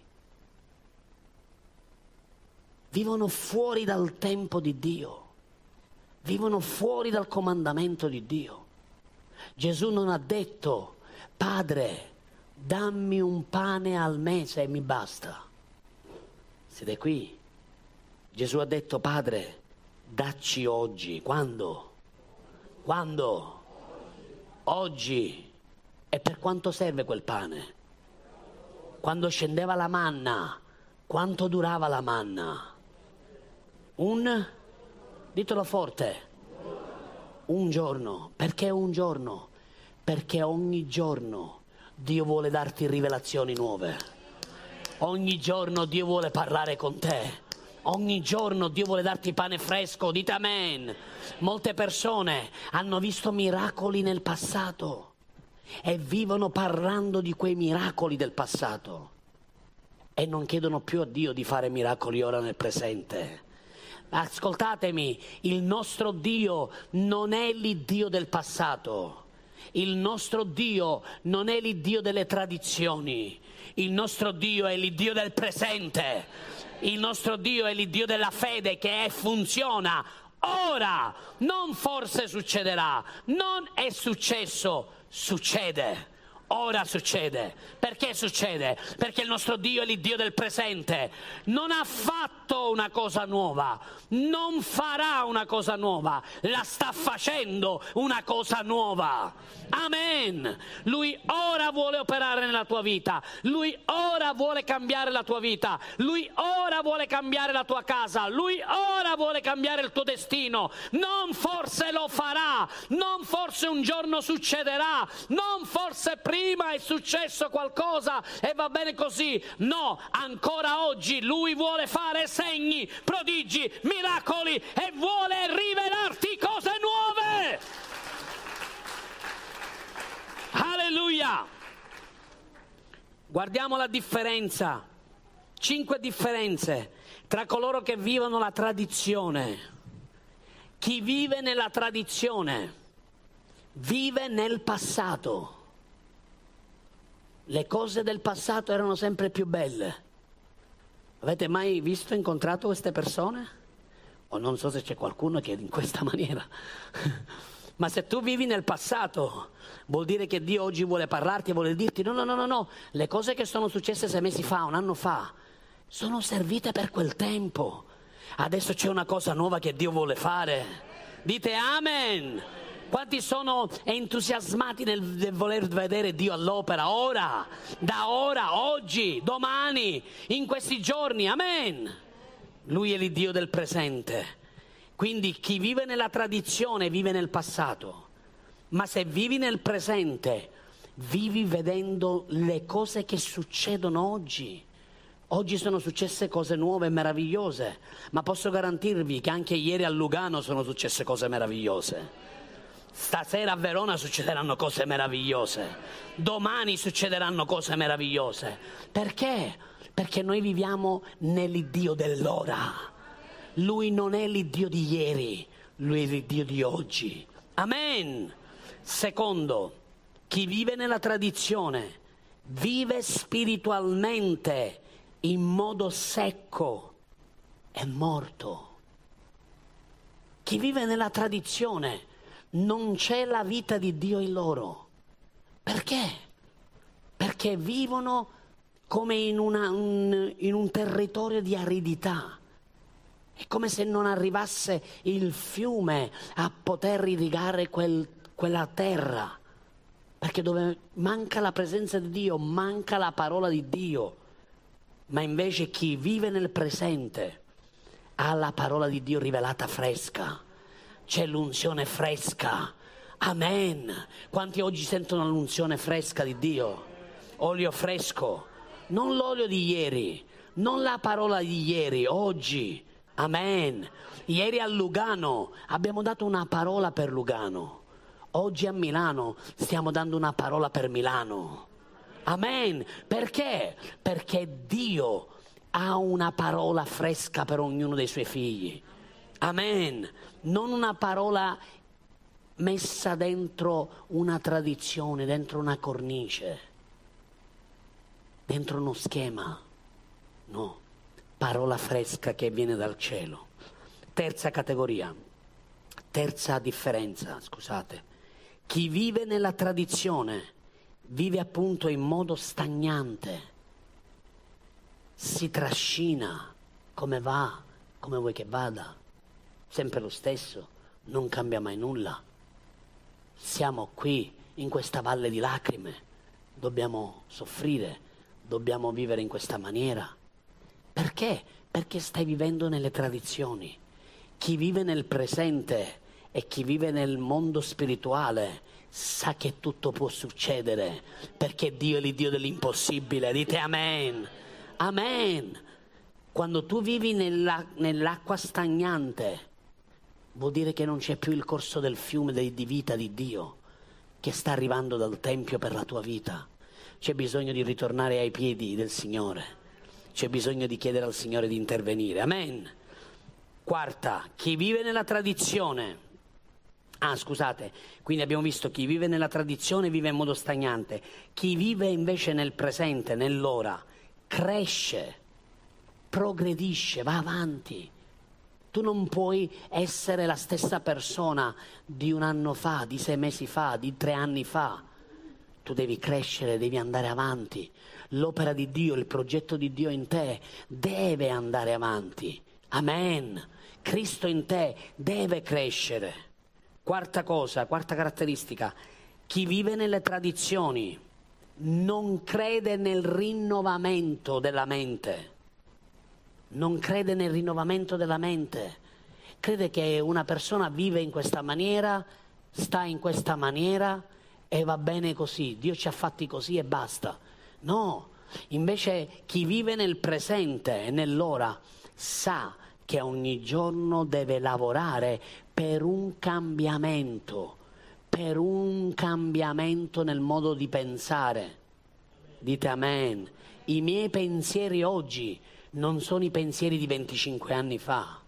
Vivono fuori dal tempo di Dio, vivono fuori dal comandamento di Dio. Gesù non ha detto: Padre, dammi un pane al mese e mi basta. Siete qui? Gesù ha detto: Padre, dacci oggi. Quando? Quando? Oggi. E per quanto serve quel pane? Quando scendeva la manna, quanto durava la manna? Un? Ditelo forte. Un giorno. Perché un giorno? Perché ogni giorno Dio vuole darti rivelazioni nuove. Ogni giorno Dio vuole parlare con te. Ogni giorno Dio vuole darti pane fresco. Dite amen. Molte persone hanno visto miracoli nel passato e vivono parlando di quei miracoli del passato e non chiedono più a Dio di fare miracoli ora nel presente. Ascoltatemi, il nostro Dio non è l'Iddio del passato, il nostro Dio non è l'Iddio delle tradizioni, il nostro Dio è l'Iddio del presente, il nostro Dio è l'Iddio della fede che è, funziona ora, non forse succederà, non è successo, succede. Ora succede. Perché succede? Perché il nostro Dio è l'Iddio del presente. Non ha fatto una cosa nuova, non farà una cosa nuova, la sta facendo una cosa nuova. Amen. Lui ora vuole operare nella tua vita, Lui ora vuole cambiare la tua vita, Lui ora vuole cambiare la tua casa, Lui ora vuole cambiare il tuo destino. Non forse lo farà, non forse un giorno succederà, non forse prima prima è successo qualcosa e va bene così. No, ancora oggi Lui vuole fare segni, prodigi, miracoli e vuole rivelarti cose nuove. Alleluia! Guardiamo la differenza, cinque differenze tra coloro che vivono la tradizione. Chi vive nella tradizione vive nel passato. Le cose del passato erano sempre più belle. Avete mai visto, incontrato queste persone? O non so se c'è qualcuno che è in questa maniera. Ma se tu vivi nel passato, vuol dire che Dio oggi vuole parlarti e vuole dirti no, no, no, no, no, le cose che sono successe sei mesi fa, un anno fa, sono servite per quel tempo. Adesso c'è una cosa nuova che Dio vuole fare. Dite amen. Quanti sono entusiasmati nel, nel voler vedere Dio all'opera ora, da ora, oggi, domani, in questi giorni, amen. Lui è l'Iddio del presente. Quindi chi vive nella tradizione vive nel passato, ma se vivi nel presente, vivi vedendo le cose che succedono oggi. Oggi sono successe cose nuove e meravigliose, ma posso garantirvi che anche ieri a Lugano sono successe cose meravigliose. Stasera a Verona succederanno cose meravigliose, domani succederanno cose meravigliose. Perché? Perché noi viviamo nell'Iddio dell'ora. Lui non è l'Iddio di ieri, Lui è l'Iddio di oggi. Amen. Secondo, chi vive nella tradizione vive spiritualmente in modo secco e morto. Chi vive nella tradizione non c'è la vita di Dio in loro. Perché? Perché vivono come in, una, un, in un territorio di aridità. È come se non arrivasse il fiume a poter irrigare quel, quella terra, perché dove manca la presenza di Dio, manca la parola di Dio. Ma invece chi vive nel presente ha la parola di Dio rivelata fresca, c'è l'unzione fresca. Amen. Quanti oggi sentono l'unzione fresca di Dio? Olio fresco, non l'olio di ieri, non la parola di ieri, oggi. Amen. Ieri a Lugano abbiamo dato una parola per Lugano. Oggi a Milano stiamo dando una parola per Milano. Amen. Perché? Perché Dio ha una parola fresca per ognuno dei suoi figli. Amen. Non una parola messa dentro una tradizione, dentro una cornice, dentro uno schema. No. Parola fresca che viene dal cielo. Terza categoria, terza differenza, scusate. Chi vive nella tradizione vive appunto in modo stagnante, si trascina come va, come vuoi che vada, sempre lo stesso, non cambia mai nulla. Siamo qui in questa valle di lacrime, dobbiamo soffrire, dobbiamo vivere in questa maniera. Perché? Perché stai vivendo nelle tradizioni. Chi vive nel presente e chi vive nel mondo spirituale sa che tutto può succedere, perché Dio è l'Iddio dell'impossibile. Dite amen. Amen. Quando tu vivi nella, nell'acqua stagnante, vuol dire che non c'è più il corso del fiume di vita di Dio che sta arrivando dal Tempio per la tua vita. C'è bisogno di ritornare ai piedi del Signore. C'è bisogno di chiedere al Signore di intervenire. Amen. Quarta, chi vive nella tradizione. Ah, scusate, quindi abbiamo visto chi vive nella tradizione vive in modo stagnante. Chi vive invece nel presente, nell'ora, cresce, progredisce, va avanti. Tu non puoi essere la stessa persona di un anno fa, di sei mesi fa, di tre anni fa. Tu devi crescere, devi andare avanti. L'opera di Dio, il progetto di Dio in te deve andare avanti. Amen. Cristo in te deve crescere. Quarta cosa, quarta caratteristica. Chi vive nelle tradizioni non crede nel rinnovamento della mente. Non crede nel rinnovamento della mente. Crede che una persona vive in questa maniera, sta in questa maniera e va bene così, Dio ci ha fatti così e basta. No, invece chi vive nel presente e nell'ora sa che ogni giorno deve lavorare per un cambiamento, per un cambiamento nel modo di pensare. Dite amen. I miei pensieri oggi non sono i pensieri di venticinque anni fa.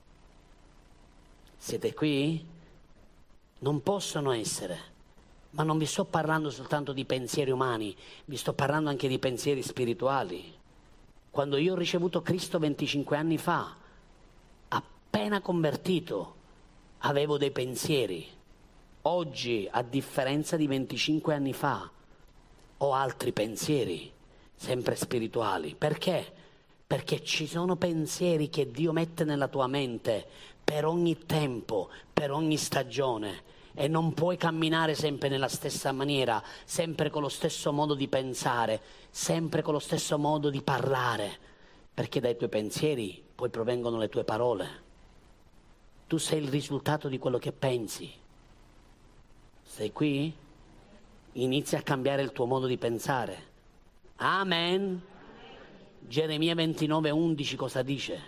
Siete qui? Non possono essere. Ma non vi sto parlando soltanto di pensieri umani, vi sto parlando anche di pensieri spirituali. Quando io ho ricevuto Cristo venticinque anni fa, appena convertito, avevo dei pensieri. Oggi, a differenza di venticinque anni fa, ho altri pensieri, sempre spirituali. Perché? Perché ci sono pensieri che Dio mette nella tua mente per ogni tempo, per ogni stagione. E non puoi camminare sempre nella stessa maniera, sempre con lo stesso modo di pensare, sempre con lo stesso modo di parlare, perché dai tuoi pensieri poi provengono le tue parole. Tu sei il risultato di quello che pensi. Sei qui? Inizia a cambiare il tuo modo di pensare. Amen. Geremia ventinove undici cosa dice?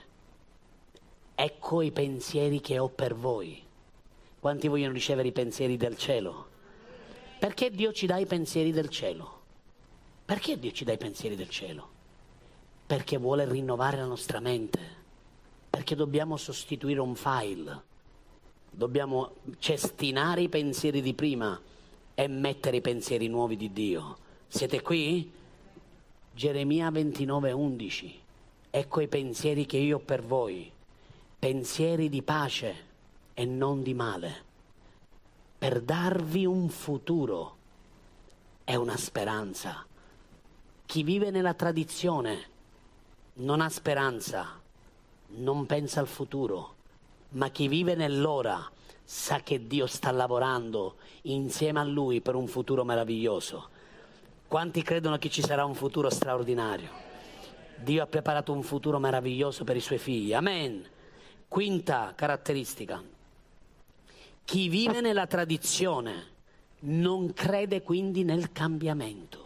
Ecco i pensieri che ho per voi. Quanti vogliono ricevere i pensieri del cielo? Perché Dio ci dà i pensieri del cielo? Perché Dio ci dà i pensieri del cielo? Perché vuole rinnovare la nostra mente. Perché dobbiamo sostituire un file. Dobbiamo cestinare i pensieri di prima e mettere i pensieri nuovi di Dio. Siete qui? Geremia ventinove undici. Ecco i pensieri che io ho per voi. Pensieri di pace e non di male, per darvi un futuro e una speranza. Chi vive nella tradizione non ha speranza, non pensa al futuro, ma chi vive nell'ora sa che Dio sta lavorando insieme a Lui per un futuro meraviglioso. Quanti credono che ci sarà un futuro straordinario? Dio ha preparato un futuro meraviglioso per i Suoi figli. Amen. Quinta caratteristica. Chi vive nella tradizione non crede quindi nel cambiamento.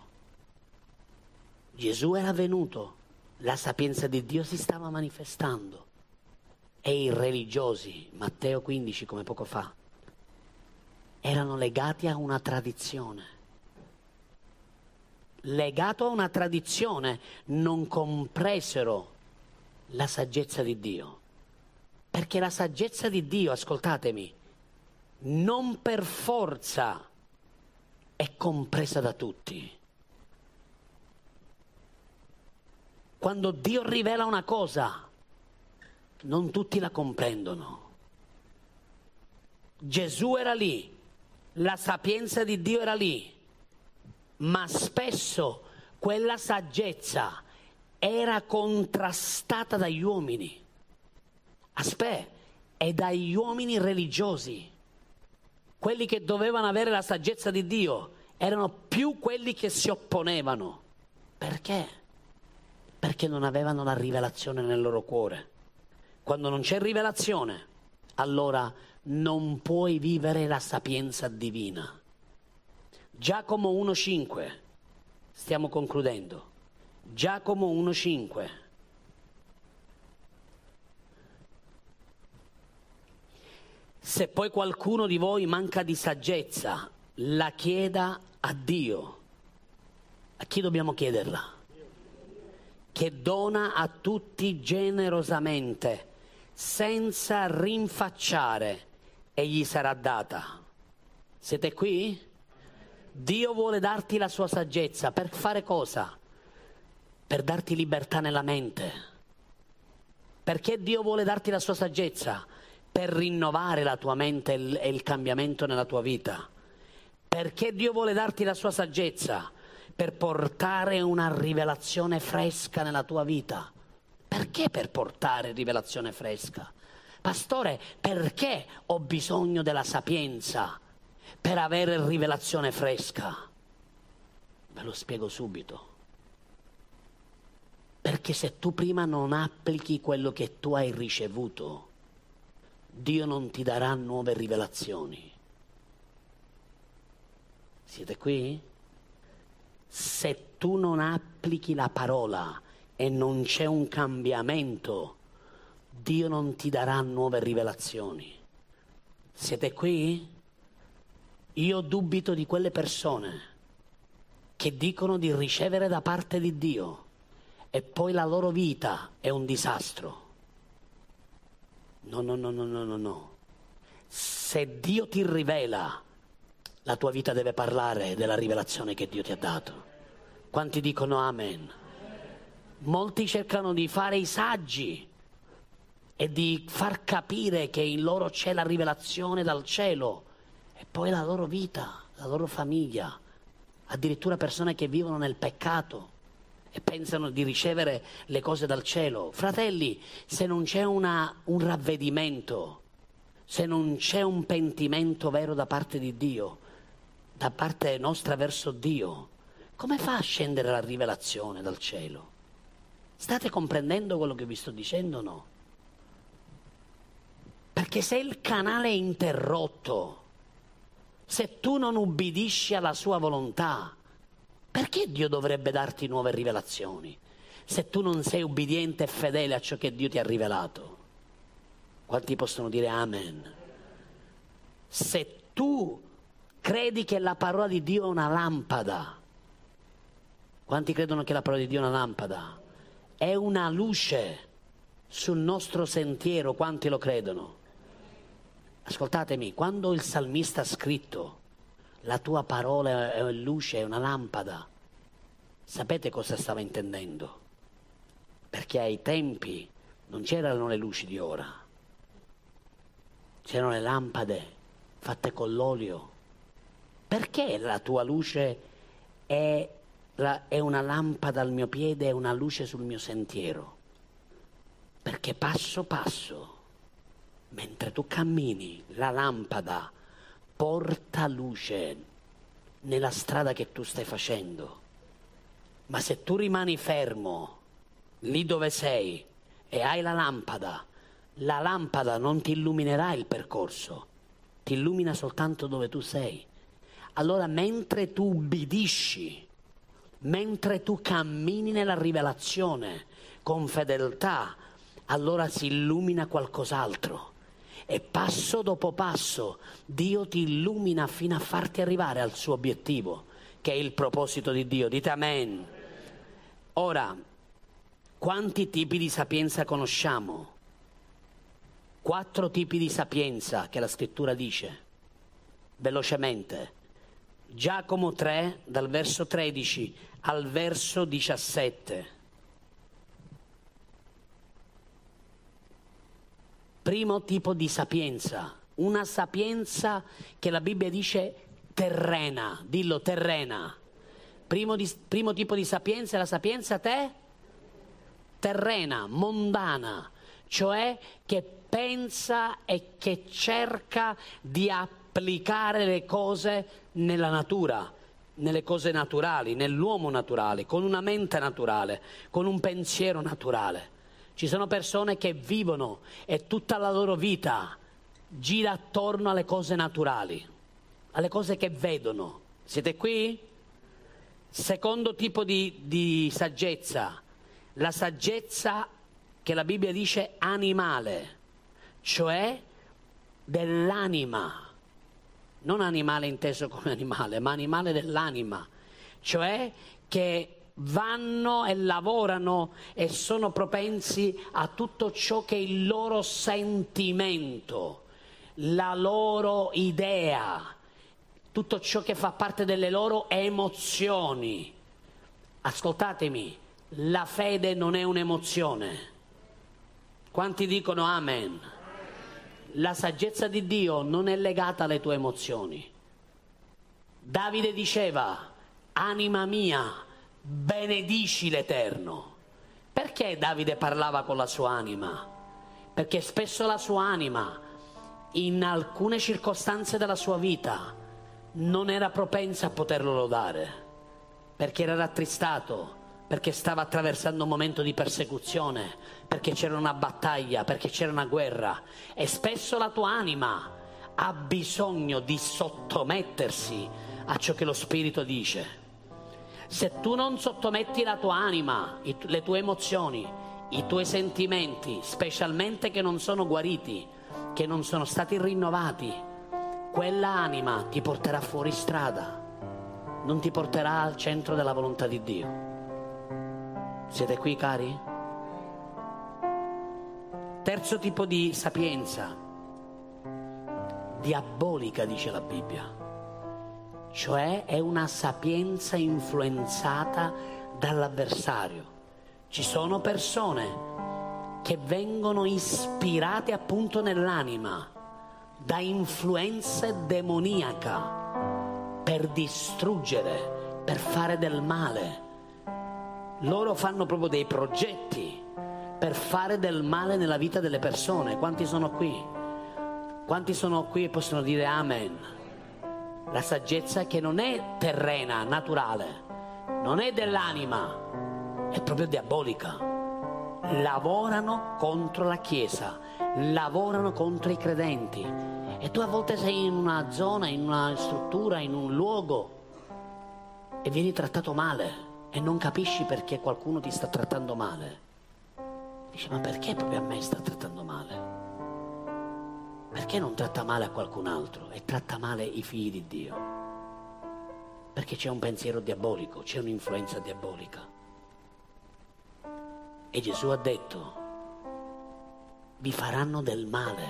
Gesù era venuto, la sapienza di Dio si stava manifestando e i religiosi, Matteo quindici come poco fa, erano legati a una tradizione. Legato a una tradizione non compresero la saggezza di Dio. Perché la saggezza di Dio, ascoltatemi, non per forza è compresa da tutti. Quando Dio rivela una cosa, non tutti la comprendono. Gesù era lì, la sapienza di Dio era lì, ma spesso quella saggezza era contrastata dagli uomini. Aspetta, e dagli uomini religiosi. Quelli che dovevano avere la saggezza di Dio erano più quelli che si opponevano. Perché? Perché non avevano la rivelazione nel loro cuore. Quando non c'è rivelazione, allora non puoi vivere la sapienza divina. Giacomo uno cinque, stiamo concludendo. Giacomo uno cinque. Se poi qualcuno di voi manca di saggezza, la chieda a Dio. A chi dobbiamo chiederla? Che dona a tutti generosamente, senza rinfacciare, e gli sarà data. Siete qui? Dio vuole darti la sua saggezza. Per fare cosa? Per darti libertà nella mente. Perché Dio vuole darti la sua saggezza? Per rinnovare la tua mente e il, e il cambiamento nella tua vita. Perché Dio vuole darti la sua saggezza? Per portare una rivelazione fresca nella tua vita. Perché per portare rivelazione fresca? Pastore, perché ho bisogno della sapienza per avere rivelazione fresca? Ve lo spiego subito. Perché se tu prima non applichi quello che tu hai ricevuto, Dio non ti darà nuove rivelazioni. Siete qui? Se tu non applichi la parola e non c'è un cambiamento, Dio non ti darà nuove rivelazioni. Siete qui? Io dubito di quelle persone che dicono di ricevere da parte di Dio e poi la loro vita è un disastro. No, no, no, no, no, no, no. Se Dio ti rivela, la tua vita deve parlare della rivelazione che Dio ti ha dato. Quanti dicono amen? Molti cercano di fare i saggi e di far capire che in loro c'è la rivelazione dal cielo e poi la loro vita, la loro famiglia, addirittura persone che vivono nel peccato e pensano di ricevere le cose dal cielo. Fratelli, se non c'è una, un ravvedimento, se non c'è un pentimento vero da parte di Dio, da parte nostra verso Dio, come fa a scendere la rivelazione dal cielo? State comprendendo quello che vi sto dicendo o no? Perché se il canale è interrotto, se tu non ubbidisci alla sua volontà, perché Dio dovrebbe darti nuove rivelazioni? Se tu non sei ubbidiente e fedele a ciò che Dio ti ha rivelato. Quanti possono dire amen? Se tu credi che la parola di Dio è una lampada, quanti credono che la parola di Dio è una lampada? È una luce sul nostro sentiero, quanti lo credono? Ascoltatemi, quando il salmista ha scritto la tua parola è luce, è una lampada, sapete cosa stava intendendo? Perché ai tempi non c'erano le luci di ora, c'erano le lampade fatte con l'olio. Perché la tua luce è, la, è una lampada al mio piede, è una luce sul mio sentiero? Perché passo passo, mentre tu cammini, la lampada porta luce nella strada che tu stai facendo. Ma se tu rimani fermo lì dove sei e hai la lampada, la lampada non ti illuminerà il percorso, ti illumina soltanto dove tu sei. Allora mentre tu ubbidisci, mentre tu cammini nella rivelazione con fedeltà, allora si illumina qualcos'altro. E passo dopo passo Dio ti illumina fino a farti arrivare al suo obiettivo, che è il proposito di Dio. Dite amen. Ora, quanti tipi di sapienza conosciamo? Quattro tipi di sapienza che la scrittura dice. Velocemente. Giacomo tre, dal verso tredici al verso diciassette. Primo tipo di sapienza, una sapienza che la Bibbia dice terrena, dillo terrena. Primo, di, primo tipo di sapienza è la sapienza te? Terrena, mondana, cioè che pensa e che cerca di applicare le cose nella natura, nelle cose naturali, nell'uomo naturale, con una mente naturale, con un pensiero naturale. Ci sono persone che vivono e tutta la loro vita gira attorno alle cose naturali, alle cose che vedono. Siete qui? Secondo tipo di, di saggezza, la saggezza che la Bibbia dice animale, cioè dell'anima, non animale inteso come animale, ma animale dell'anima, cioè che vanno e lavorano e sono propensi a tutto ciò che è il loro sentimento, la loro idea, tutto ciò che fa parte delle loro emozioni. Ascoltatemi, la fede non è un'emozione. Quanti dicono amen? La saggezza di Dio non è legata alle tue emozioni. Davide diceva, anima mia, benedici l'Eterno. Perché Davide parlava con la sua anima? Perché spesso la sua anima, in alcune circostanze della sua vita, non era propensa a poterlo lodare, perché era rattristato, perché stava attraversando un momento di persecuzione, perché c'era una battaglia, perché c'era una guerra. E spesso la tua anima ha bisogno di sottomettersi a ciò che lo Spirito dice. Se tu non sottometti la tua anima, i, le tue emozioni, i tuoi sentimenti, specialmente che non sono guariti, che non sono stati rinnovati, quella anima ti porterà fuori strada, non ti porterà al centro della volontà di Dio. Siete qui, cari? Terzo tipo di sapienza, diabolica, dice la Bibbia. Cioè è una sapienza influenzata dall'avversario. Ci sono persone che vengono ispirate appunto nell'anima da influenze demoniaca per distruggere, per fare del male. Loro fanno proprio dei progetti per fare del male nella vita delle persone. Quanti sono qui? Quanti sono qui e possono dire amen? La saggezza che non è terrena, naturale, non è dell'anima, è proprio diabolica. Lavorano contro la Chiesa, lavorano contro i credenti. E tu a volte sei in una zona, in una struttura, in un luogo e vieni trattato male e non capisci perché qualcuno ti sta trattando male. Dici, ma perché proprio a me sta trattando male? Perché non tratta male a qualcun altro e tratta male i figli di Dio? Perché c'è un pensiero diabolico, c'è un'influenza diabolica. E Gesù ha detto, vi faranno del male,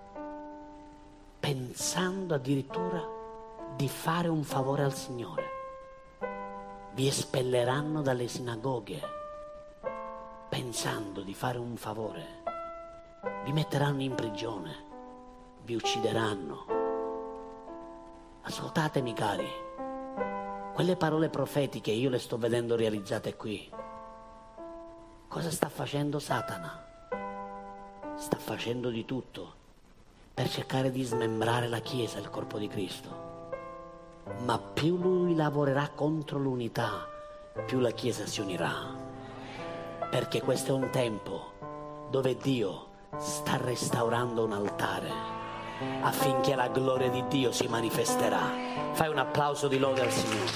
pensando addirittura di fare un favore al Signore. Vi espelleranno dalle sinagoghe, pensando di fare un favore. Vi metteranno in prigione. Vi uccideranno. Ascoltatemi, cari, quelle parole profetiche io le sto vedendo realizzate qui. Cosa sta facendo Satana? Sta facendo di tutto per cercare di smembrare la Chiesa, il corpo di Cristo. Ma più lui lavorerà contro l'unità, più la Chiesa si unirà. Perché questo è un tempo dove Dio sta restaurando un altare affinché la gloria di Dio si manifesterà. Fai un applauso di lode al Signore.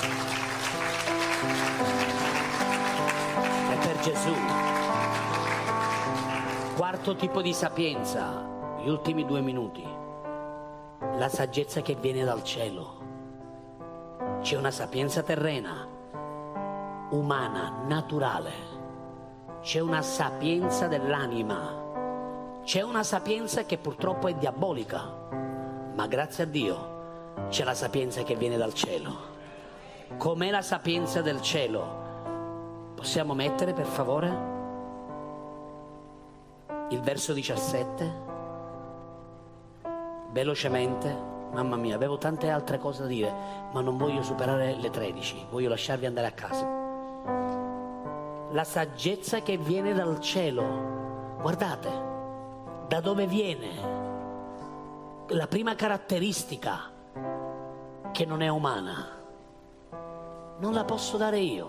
E per Gesù. Quarto tipo di sapienza, gli ultimi due minuti. La saggezza che viene dal cielo. C'è una sapienza terrena, umana, naturale. C'è una sapienza dell'anima. C'è una sapienza che purtroppo è diabolica, ma grazie a Dio c'è la sapienza che viene dal cielo. Com'è la sapienza del cielo? Possiamo mettere per favore il verso diciassette? Velocemente, mamma mia, avevo tante altre cose da dire, ma non voglio superare le tredici, voglio lasciarvi andare a casa. La saggezza che viene dal cielo, guardate. Da dove viene? La prima caratteristica che non è umana non la posso dare io.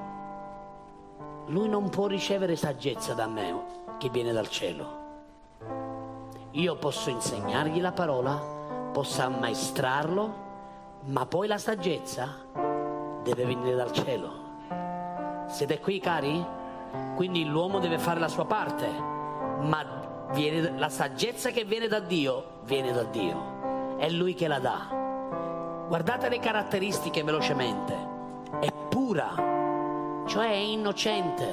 Lui non può ricevere saggezza da me che viene dal cielo. Io posso insegnargli la parola, posso ammaestrarlo, ma poi la saggezza deve venire dal cielo. Siete qui, cari? Quindi l'uomo deve fare la sua parte, ma viene, la saggezza che viene da Dio, viene da Dio. È Lui che la dà. Guardate le caratteristiche velocemente. È pura, cioè è innocente,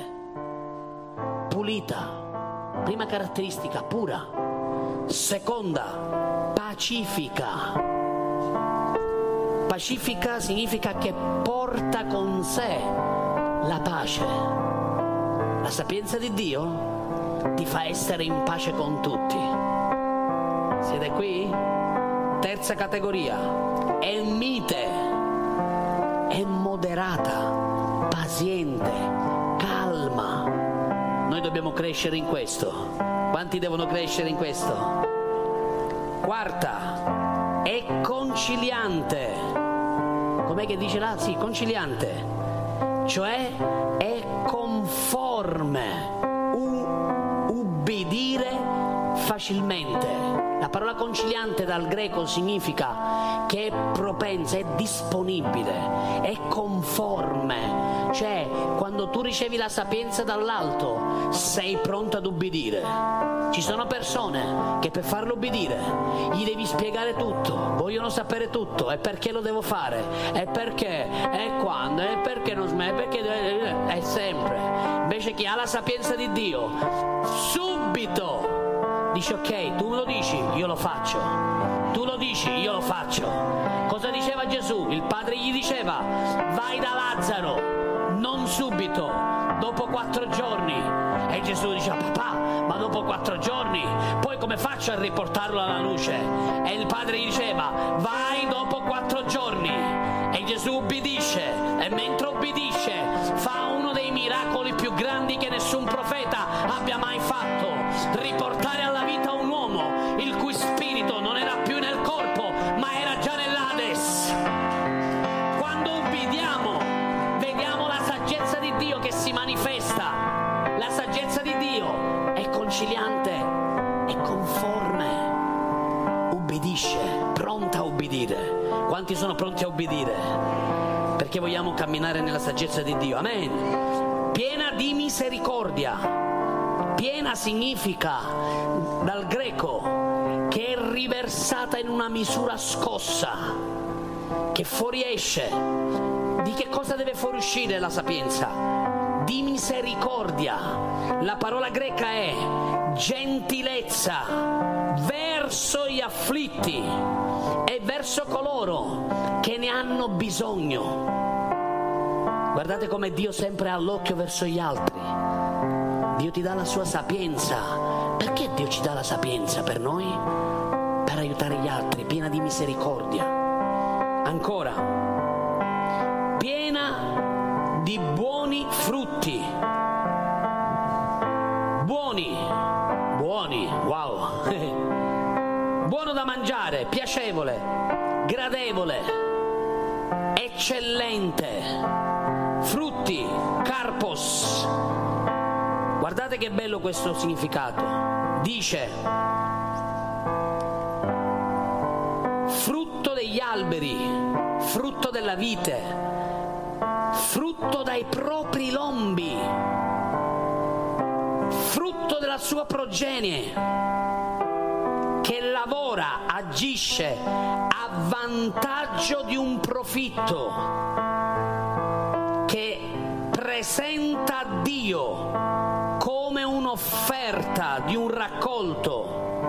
pulita. Prima caratteristica, pura. Seconda, pacifica. Pacifica significa che porta con sé la pace. La sapienza di Dio ti fa essere in pace con tutti. Siete qui? Terza categoria, è mite, è moderata, paziente, calma. Noi dobbiamo crescere in questo. Quanti devono crescere in questo? Quarta, è conciliante. Com'è che dice là? Sì, conciliante. Cioè è conforme, ubbidire facilmente. La parola conciliante dal greco significa che è propensa, è disponibile, è conforme. Cioè, quando tu ricevi la sapienza dall'alto, sei pronto ad ubbidire. Ci sono persone che per farlo ubbidire gli devi spiegare tutto, vogliono sapere tutto, e perché lo devo fare, e perché, e quando, e perché non smetto, perché è sempre. Invece chi ha la sapienza di Dio, subito dice: ok, tu lo dici, io lo faccio, tu lo dici, io lo faccio. Cosa diceva Gesù? Il padre gli diceva: vai da Lazzaro, non subito, dopo quattro giorni. E Gesù diceva: papà, ma dopo quattro giorni, poi come faccio a riportarlo alla luce? E il padre gli diceva: vai dopo quattro giorni. E Gesù ubbidisce, e mentre ubbidisce fa uno dei miracoli più grandi che nessun profeta abbia mai fatto: riportare alla vita un uomo il cui spirito non era più nel corpo ma era già nell'Ades. Quando ubbidiamo vediamo la saggezza di Dio che si manifesta. La saggezza di Dio è conciliante, è conforme, ubbidisce, pronta a ubbidire. Quanti sono pronti a ubbidire? Perché vogliamo camminare nella saggezza di Dio. Amen. Piena di misericordia. Piena significa, dal greco, che è riversata in una misura scossa, che fuoriesce. Di che cosa deve fuoriuscire la sapienza? Di misericordia. La parola greca è gentilezza verso gli afflitti e verso coloro che ne hanno bisogno. Guardate come Dio sempre ha l'occhio verso gli altri. Dio ti dà la sua sapienza. Perché Dio ci dà la sapienza per noi? Per aiutare gli altri, piena di misericordia. Ancora, piena di buoni frutti. Buoni, buoni, wow. Buono da mangiare, piacevole, gradevole, eccellente. Frutti, karpos. Guardate che bello questo significato. Dice: frutto degli alberi, frutto della vite, frutto dai propri lombi, frutto della sua progenie, che lavora, agisce a vantaggio di un profitto, che presenta a Dio come un'offerta di un raccolto,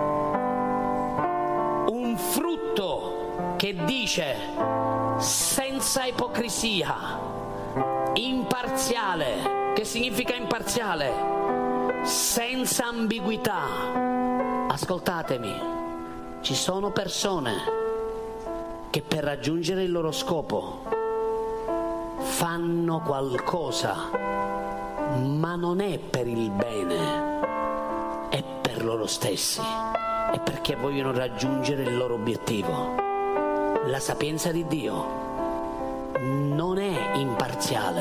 un frutto che dice senza ipocrisia, imparziale. Che significa imparziale? Senza ambiguità. Ascoltatemi, ci sono persone che per raggiungere il loro scopo fanno qualcosa, ma non è per il bene, è per loro stessi, è perché vogliono raggiungere il loro obiettivo. La sapienza di Dio non è imparziale,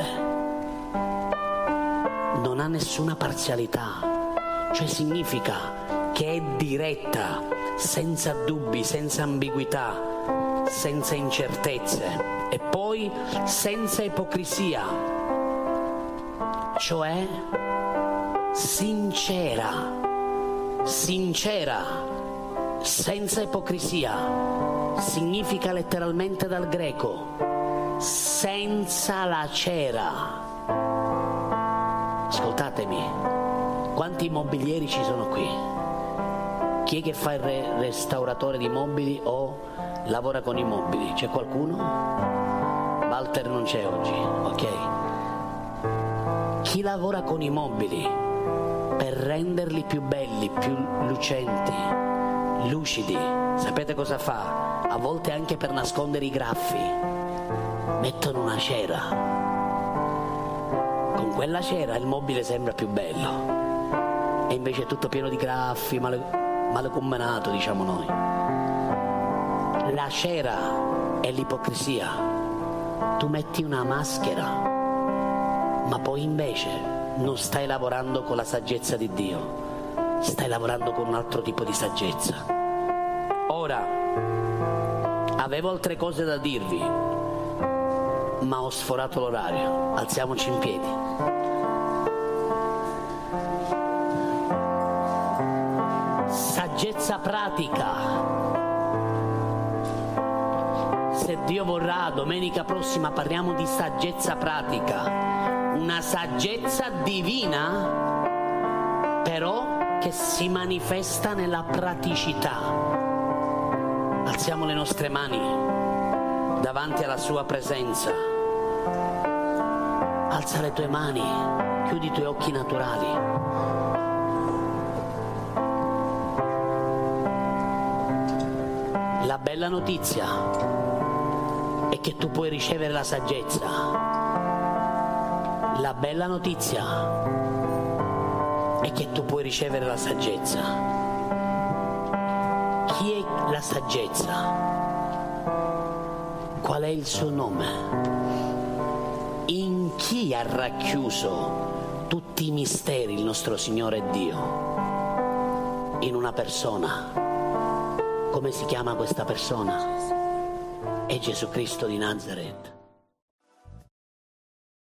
non ha nessuna parzialità, cioè significa che è diretta, senza dubbi, senza ambiguità, senza incertezze, e poi senza ipocrisia, cioè sincera, sincera, senza ipocrisia, significa letteralmente dal greco senza la cera. Ascoltatemi, quanti immobilieri ci sono qui? Chi è che fa il re- restauratore di mobili o lavora con i mobili? C'è qualcuno? Walter non c'è oggi, ok? Chi lavora con i mobili per renderli più belli, più lucenti, lucidi, sapete cosa fa? A volte anche per nascondere i graffi mettono una cera. Con quella cera il mobile sembra più bello, e invece è tutto pieno di graffi, male, male combinato, diciamo noi. La cera è l'ipocrisia. Tu metti una maschera, ma poi invece non stai lavorando con la saggezza di Dio, stai lavorando con un altro tipo di saggezza. Ora, Avevo altre cose da dirvi, ma ho sforato l'orario. Alziamoci in piedi. Saggezza pratica. Se Dio vorrà, domenica prossima parliamo di saggezza pratica, una saggezza divina, però che si manifesta nella praticità. Alziamo le nostre mani davanti alla sua presenza. Alza le tue mani, chiudi i tuoi occhi naturali. La bella notizia è che tu puoi ricevere la saggezza. La bella notizia è che tu puoi ricevere la saggezza. Chi è la saggezza? Qual è il suo nome? In chi ha racchiuso tutti i misteri il nostro Signore Dio? In una persona. Come si chiama questa persona? È Gesù Cristo di Nazaret.